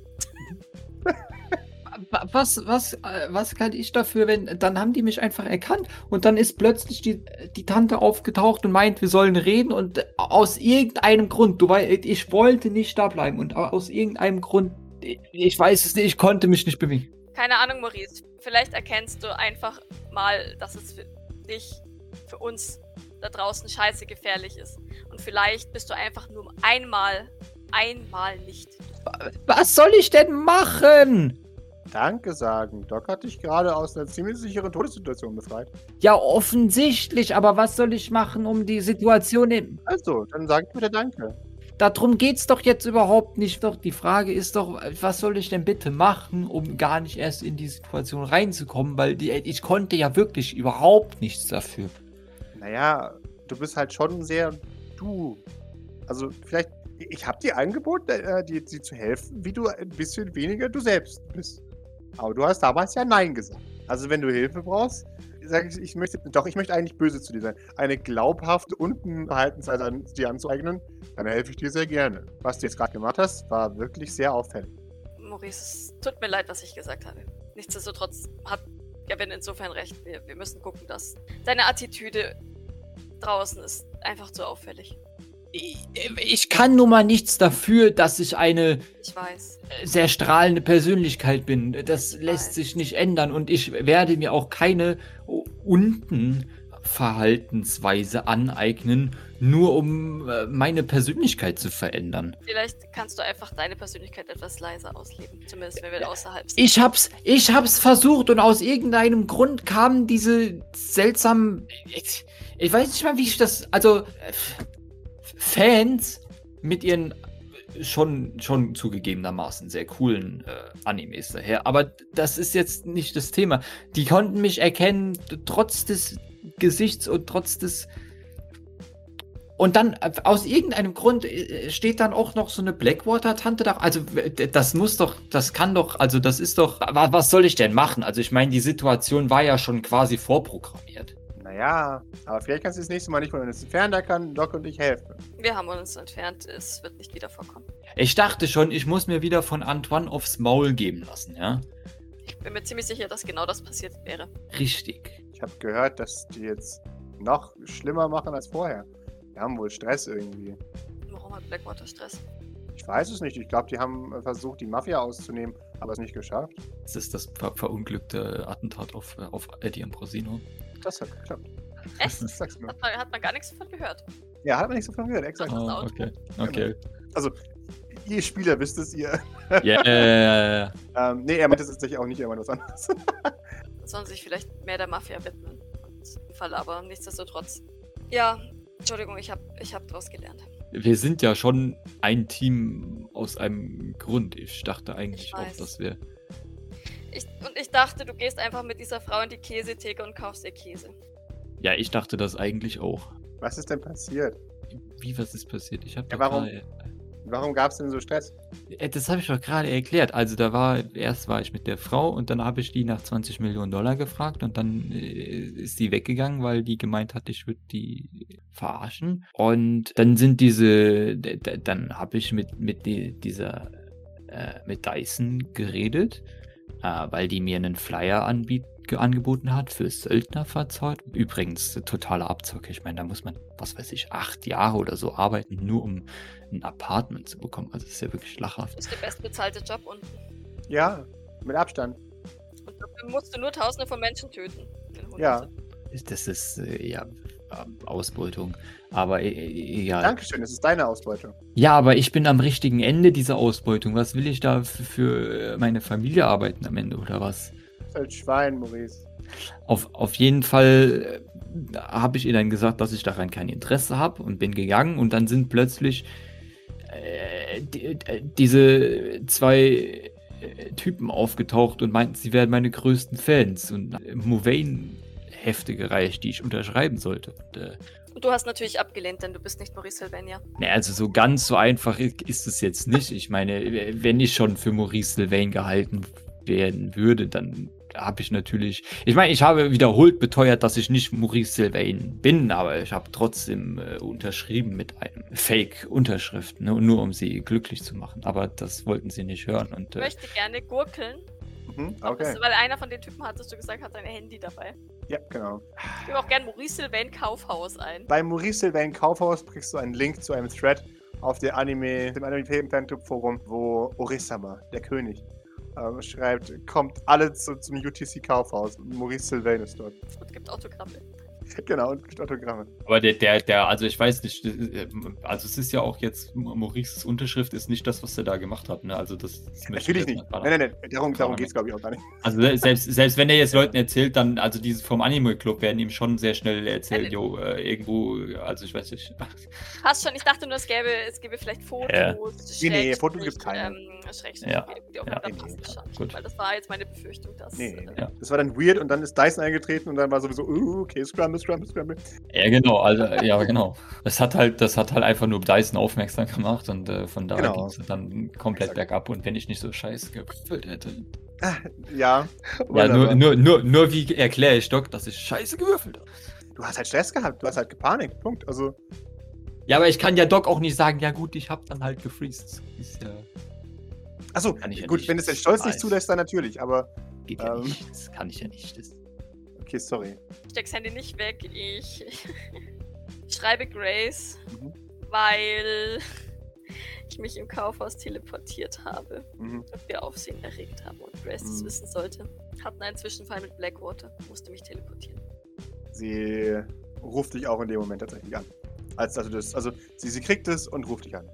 Was kann ich dafür, wenn, dann haben die mich einfach erkannt und dann ist plötzlich die Tante aufgetaucht und meint, wir sollen reden und aus irgendeinem Grund, ich wollte nicht da bleiben und aus irgendeinem Grund, ich weiß es nicht, ich konnte mich nicht bewegen. Keine Ahnung, Maurice, vielleicht erkennst du einfach mal, dass es für dich, für uns da draußen scheiße gefährlich ist und vielleicht bist du einfach nur einmal nicht. Was soll ich denn machen? Danke sagen. Doc hat dich gerade aus einer ziemlich sicheren Todessituation befreit. Ja, offensichtlich, aber was soll ich machen, um die Situation Also, dann sag bitte Danke. Darum geht's doch jetzt überhaupt nicht. Doch die Frage ist doch, was soll ich denn bitte machen, um gar nicht erst in die Situation reinzukommen, weil ich konnte ja wirklich überhaupt nichts dafür. Naja, du bist halt schon sehr du. Also vielleicht, ich habe dir angeboten, dir zu helfen, wie du ein bisschen weniger du selbst bist. Aber du hast damals ja Nein gesagt. Also wenn du Hilfe brauchst, sage ich, ich möchte eigentlich böse zu dir sein. Eine glaubhafte Verhaltensweise dir anzueignen, dann helfe ich dir sehr gerne. Was du jetzt gerade gemacht hast, war wirklich sehr auffällig. Maurice, es tut mir leid, was ich gesagt habe. Nichtsdestotrotz hat Gavin insofern recht. Wir müssen gucken, dass deine Attitüde draußen ist einfach zu auffällig. Ich kann nun mal nichts dafür, dass ich eine sehr strahlende Persönlichkeit bin. Das lässt sich nicht ändern und ich werde mir auch keine Verhaltensweise aneignen, nur um meine Persönlichkeit zu verändern. Vielleicht kannst du einfach deine Persönlichkeit etwas leiser ausleben, zumindest wenn wir außerhalb sind. Ich hab's versucht und aus irgendeinem Grund kamen diese seltsamen... Ich weiß nicht mal, wie ich das... Also... Fans mit ihren schon zugegebenermaßen sehr coolen Animes daher. Aber das ist jetzt nicht das Thema. Die konnten mich erkennen, trotz des Gesichts und trotz des... Und dann, aus irgendeinem Grund, steht dann auch noch so eine Blackwater-Tante da. Also, das ist doch... Was soll ich denn machen? Also, ich meine, die Situation war ja schon quasi vorprogrammiert. Naja, aber vielleicht kannst du das nächste Mal nicht von uns entfernen, da kann Doc und ich helfen. Wir haben uns entfernt, es wird nicht wieder vorkommen. Ich dachte schon, ich muss mir wieder von Antoine aufs Maul geben lassen, ja? Ich bin mir ziemlich sicher, dass genau das passiert wäre. Richtig. Ich habe gehört, dass die jetzt noch schlimmer machen als vorher. Die haben wohl Stress irgendwie. Warum hat Blackwater Stress? Ich weiß es nicht. Ich glaube, die haben versucht, die Mafia auszunehmen, aber es nicht geschafft. Das ist das verunglückte Attentat auf Eddie Ambrosino. Das hat geklappt. Echt? Hat man gar nichts davon gehört. Ja, hat man nichts davon gehört, exakt. Oh, okay. Also, ihr Spieler wisst es, ihr. Yeah. Nee, er meint es tatsächlich auch nicht, er meint was anderes. Sollen sich vielleicht mehr der Mafia widmen. Aber nichtsdestotrotz. Ja, Entschuldigung, ich hab draus gelernt. Wir sind ja schon ein Team aus einem Grund. Ich dachte eigentlich auch, dass wir... Ich dachte, du gehst einfach mit dieser Frau in die Käsetheke und kaufst ihr Käse. Ja, ich dachte das eigentlich auch. Was ist denn passiert? Wie, was ist passiert? Warum gab es denn so Stress? Das habe ich doch gerade erklärt. Also erst war ich mit der Frau und dann habe ich die nach $20 Millionen gefragt und dann ist die weggegangen, weil die gemeint hat, ich würde die verarschen. Und dann sind dann habe ich mit Dyson geredet. weil die mir einen Flyer angeboten hat für Söldnerverzeit. Übrigens, totaler Abzocke. Ich meine, da muss man, was weiß ich, 8 Jahre oder so arbeiten, nur um ein Apartment zu bekommen. Also das ist ja wirklich lachhaft. Das ist der bestbezahlte Job unten. Ja, mit Abstand. Und dafür musst du nur Tausende von Menschen töten. Ja. Das ist, Ausbeutung. Aber egal. Dankeschön, das ist deine Ausbeutung. Ja, aber ich bin am richtigen Ende dieser Ausbeutung. Was will ich da für meine Familie arbeiten am Ende, oder was? Das ist halt Schwein, Maurice. Auf jeden Fall habe ich ihr dann gesagt, dass ich daran kein Interesse habe und bin gegangen. Und dann sind plötzlich diese 2 Typen aufgetaucht und meinten, sie wären meine größten Fans und Mouvain-Hefte gereicht, die ich unterschreiben sollte. Und du hast natürlich abgelehnt, denn du bist nicht Maurice Sylvain. Ne, also so ganz so einfach ist es jetzt nicht. Ich meine, wenn ich schon für Maurice Sylvain gehalten werden würde, dann habe ich natürlich... Ich meine, ich habe wiederholt beteuert, dass ich nicht Maurice Sylvain bin, aber ich habe trotzdem unterschrieben mit einem Fake-Unterschrift, ne, nur um sie glücklich zu machen. Aber das wollten sie nicht hören. Und, Ich möchte gerne gurkeln. Okay. Weil einer von den Typen, hattest du gesagt, hat ein Handy dabei. Ja, genau. Ich gebe auch gerne Maurice Sylvain Kaufhaus ein. Bei Maurice Sylvain Kaufhaus kriegst du einen Link zu einem Thread auf dem Anime-Fan-Forum, wo Orisama, der König, schreibt, kommt alle zum UTC Kaufhaus. Maurice Sylvain ist dort. Und gibt Autogramme. Genau, und gibt Autogramme. Aber also ich weiß nicht, also es ist ja auch jetzt, Maurices Unterschrift ist nicht das, was er da gemacht hat, ne? Also das Natürlich nicht. Nein, darum geht es, glaube ich, auch gar nicht. Also selbst wenn er jetzt Leuten erzählt, dann, also diese vom Anime-Club werden ihm schon sehr schnell erzählt, irgendwo, also ich weiß nicht. Hast schon, ich dachte nur, es gäbe vielleicht Fotos. Ja. Nee, Fotos gibt es keine. Ja. Gut. Weil das war jetzt meine Befürchtung, dass... Das war dann weird und dann ist Dyson eingetreten und dann war sowieso, okay, Scramble. Ja, genau, also, ja, genau. Das hat halt einfach nur Dyson aufmerksam gemacht und von daher ging es dann komplett bergab und wenn ich nicht so scheiße gewürfelt hätte. Ja. Ja, nur wie erkläre ich Doc, dass ich scheiße gewürfelt habe? Du hast halt Stress gehabt, du hast halt gepanikt, Punkt. Also. Ja, aber ich kann ja Doc auch nicht sagen, ja gut, ich hab dann halt gefreezed. Achso, gut, wenn es der Stolz nicht zulässt, dann natürlich, aber. Geht ja nicht, das kann ich ja nicht. Okay, sorry. Ich steck's Handy nicht weg, ich schreibe Grace, weil ich mich im Kaufhaus teleportiert habe und wir Aufsehen erregt haben und Grace das wissen sollte. Hatten einen Zwischenfall mit Blackwater, musste mich teleportieren. Sie ruft dich auch in dem Moment tatsächlich an. Sie kriegt es und ruft dich an.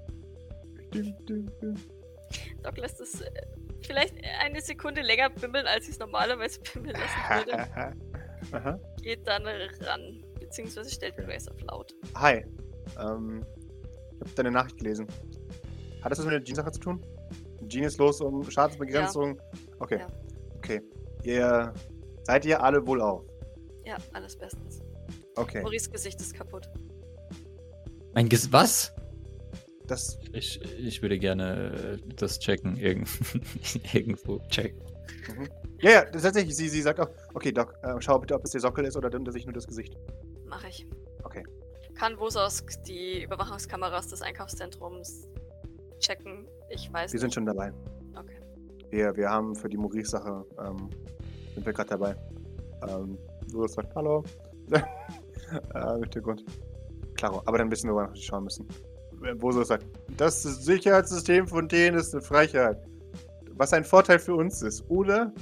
Doc lässt es vielleicht eine Sekunde länger bimmeln, als ich es normalerweise bimmeln lassen würde. Aha. Geht dann ran, beziehungsweise stellt Grace auf laut. Hi, ich habe deine Nachricht gelesen. Hat das was mit der Jean-Sache zu tun? Jean ist los um Schadensbegrenzung? Ja. Okay. Ja. Okay. Seid ihr alle wohlauf? Ja, alles bestens. Okay. Maurice' Gesicht ist kaputt. Mein was? Das... Ich würde gerne das checken, irgendwo checken. Ja, tatsächlich, sie sagt auch, okay, Doc, schau bitte, ob es der Sockel ist oder nimmt er sich nur das Gesicht. Mach ich. Okay. Kann Vosos die Überwachungskameras des Einkaufszentrums checken? Ich weiß Wir sind schon dabei. Okay. Wir haben für die Maurice-Sache, sind wir gerade dabei. Vosos sagt, hallo. Hintergrund. Klaro, aber dann wissen wir, worauf wir schauen müssen. Vosos sagt, das Sicherheitssystem von denen ist eine Frechheit. Was ein Vorteil für uns ist, oder?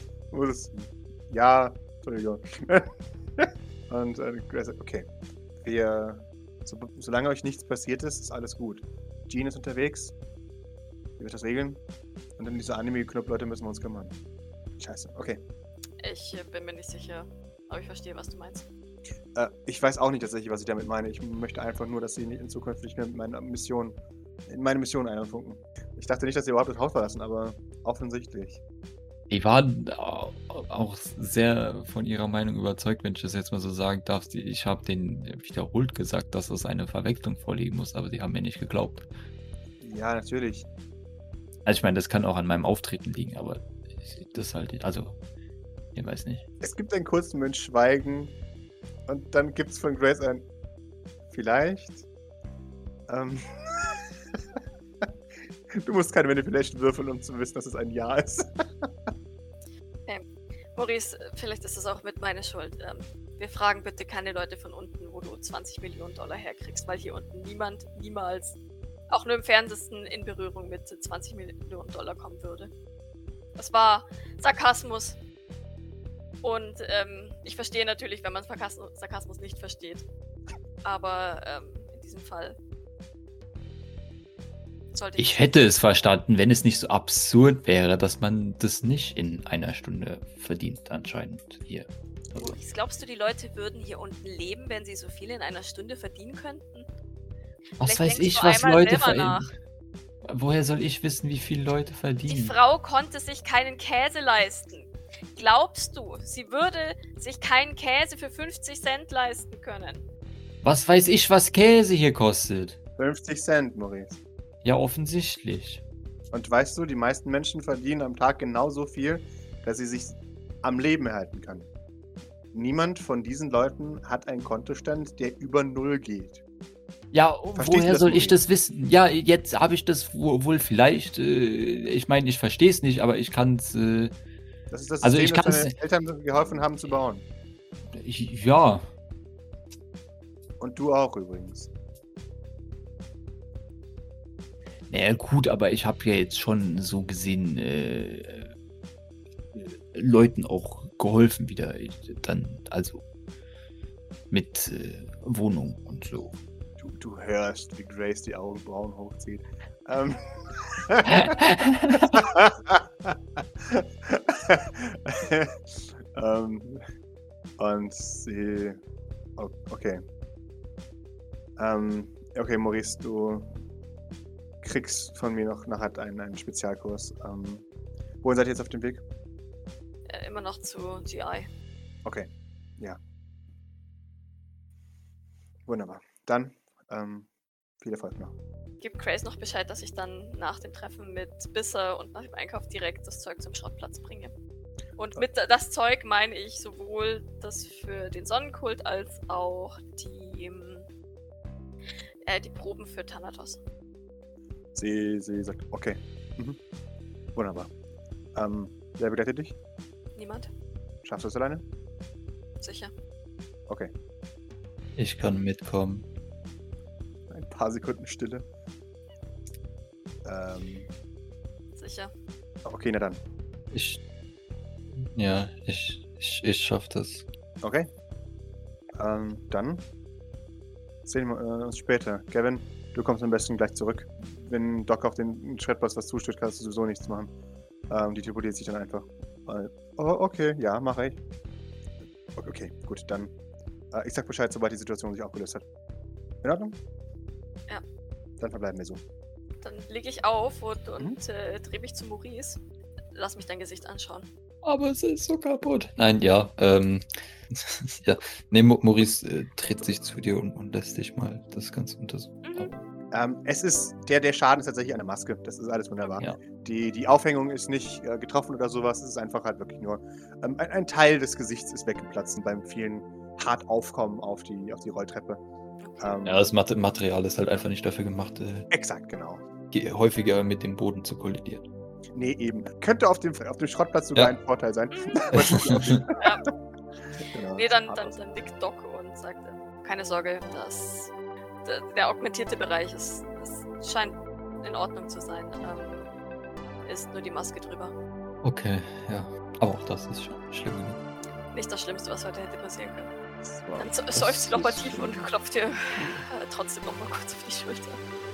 Ja, Entschuldigung. Und okay. Solange euch nichts passiert ist alles gut. Jean ist unterwegs. Die wird das regeln. Und um diese Anime-Club-Leute müssen wir uns kümmern. Scheiße, okay. Ich bin mir nicht sicher, aber ich verstehe, was du meinst. Ich weiß auch nicht tatsächlich, was ich damit meine. Ich möchte einfach nur, dass sie in Zukunft nicht mehr in meine Mission einfunken. Ich dachte nicht, dass sie überhaupt das Haus verlassen, aber offensichtlich. Die waren auch sehr von ihrer Meinung überzeugt, wenn ich das jetzt mal so sagen darf. Ich habe denen wiederholt gesagt, dass es eine Verwechslung vorliegen muss, aber sie haben mir nicht geglaubt. Ja, natürlich. Also ich meine, das kann auch an meinem Auftreten liegen, aber das halt, also, ich weiß nicht. Es gibt einen kurzen Moment Schweigen und dann gibt es von Grace ein vielleicht. Du musst keine Manipulation würfeln, um zu wissen, dass es ein Ja ist. Maurice, vielleicht ist es auch mit meiner Schuld. Wir fragen bitte keine Leute von unten, wo du 20 Millionen Dollar herkriegst, weil hier unten niemand niemals auch nur im Fernsten in Berührung mit 20 Millionen Dollar kommen würde. Das war Sarkasmus. Und ich verstehe natürlich, wenn man Sarkasmus nicht versteht. Aber in diesem Fall sollte Ich hätte es verstanden, wenn es nicht so absurd wäre, dass man das nicht in einer Stunde verdient, anscheinend hier. Also, Maurice, glaubst du, die Leute würden hier unten leben, wenn sie so viel in einer Stunde verdienen könnten? was Vielleicht weiß denkst ich, du was einmal Leute selber nach. verdienen? Woher soll ich wissen, wie viel Leute Die verdienen? Frau konnte sich keinen Käse leisten. Glaubst du, sie würde sich keinen Käse für 50 Cent leisten können? Was weiß ich, was Käse hier kostet? 50 Cent, Maurice. Ja, offensichtlich. Und weißt du, die meisten Menschen verdienen am Tag genauso viel, dass sie sich am Leben erhalten können. Niemand von diesen Leuten hat einen Kontostand, der über 0 geht. Ja, Verstehst du woher das, soll ich Maurice? das wissen? Ja, jetzt habe ich das wohl vielleicht. Ich meine, ich verstehe es nicht, aber ich kann es. Das ist das Also System, ich das kann's- deine Eltern geholfen haben zu bauen. Ja. Und du auch übrigens. Naja, gut, aber ich habe ja jetzt schon so gesehen Leuten auch geholfen wieder. Also mit Wohnung und so. Du hörst, wie Grace die Augenbrauen hochzieht. Und sie... Okay. Okay, Maurice, du kriegst von mir noch nachher einen Spezialkurs. Wohin seid ihr jetzt auf dem Weg? Immer noch zu GI. Okay, ja. Wunderbar. Dann viel Erfolg noch. Gib Grace noch Bescheid, dass ich dann nach dem Treffen mit Bisser und nach dem Einkauf direkt das Zeug zum Schrottplatz bringe. Und mit das Zeug meine ich sowohl das für den Sonnenkult als auch die Proben für Thanatos. Sie sagt, okay. Wunderbar. Wer begleitet dich? Niemand? Schaffst du es alleine? Sicher. Okay. Ich kann mitkommen. Ein paar Sekunden Stille. Sicher. Okay, na dann. Ich schaff das. Okay. Dann sehen wir uns später. Gavin, du kommst am besten gleich zurück. Wenn Doc auf den Schrettplatz was zustößt, kannst du sowieso nichts machen. Die teleportiert sich dann einfach. Okay, ja, mache ich. Okay, gut, dann. Ich sag Bescheid, sobald die Situation sich aufgelöst hat. In Ordnung? Ja. Dann verbleiben wir so. Dann lege ich auf und drehe mich zu Maurice. Lass mich dein Gesicht anschauen. Aber es ist so kaputt. Nein, ja. Ja. Nee, Maurice dreht sich zu dir und lässt dich mal das Ganze untersuchen. Es ist, der Schaden ist tatsächlich eine Maske. Das ist alles wunderbar. Ja. Die Aufhängung ist nicht getroffen oder sowas. Es ist einfach halt wirklich nur ein Teil des Gesichts ist weggeplatzt beim vielen hart Aufkommen auf die Rolltreppe. Ja, das Material ist halt einfach nicht dafür gemacht, Exakt, genau. häufiger mit dem Boden zu kollidieren. Nee, eben. Könnte auf dem Schrottplatz sogar ein Vorteil sein. Ja. Genau. Nee, dann nickt Doc und sagt, keine Sorge, der augmentierte Bereich es scheint in Ordnung zu sein. Ist nur die Maske drüber. Okay, ja. Aber auch das ist schon schlimm genug. Nicht das Schlimmste, was heute hätte passieren können. Das war- Dann seufzt Loper tief und klopft dir trotzdem noch mal kurz auf die Schulter.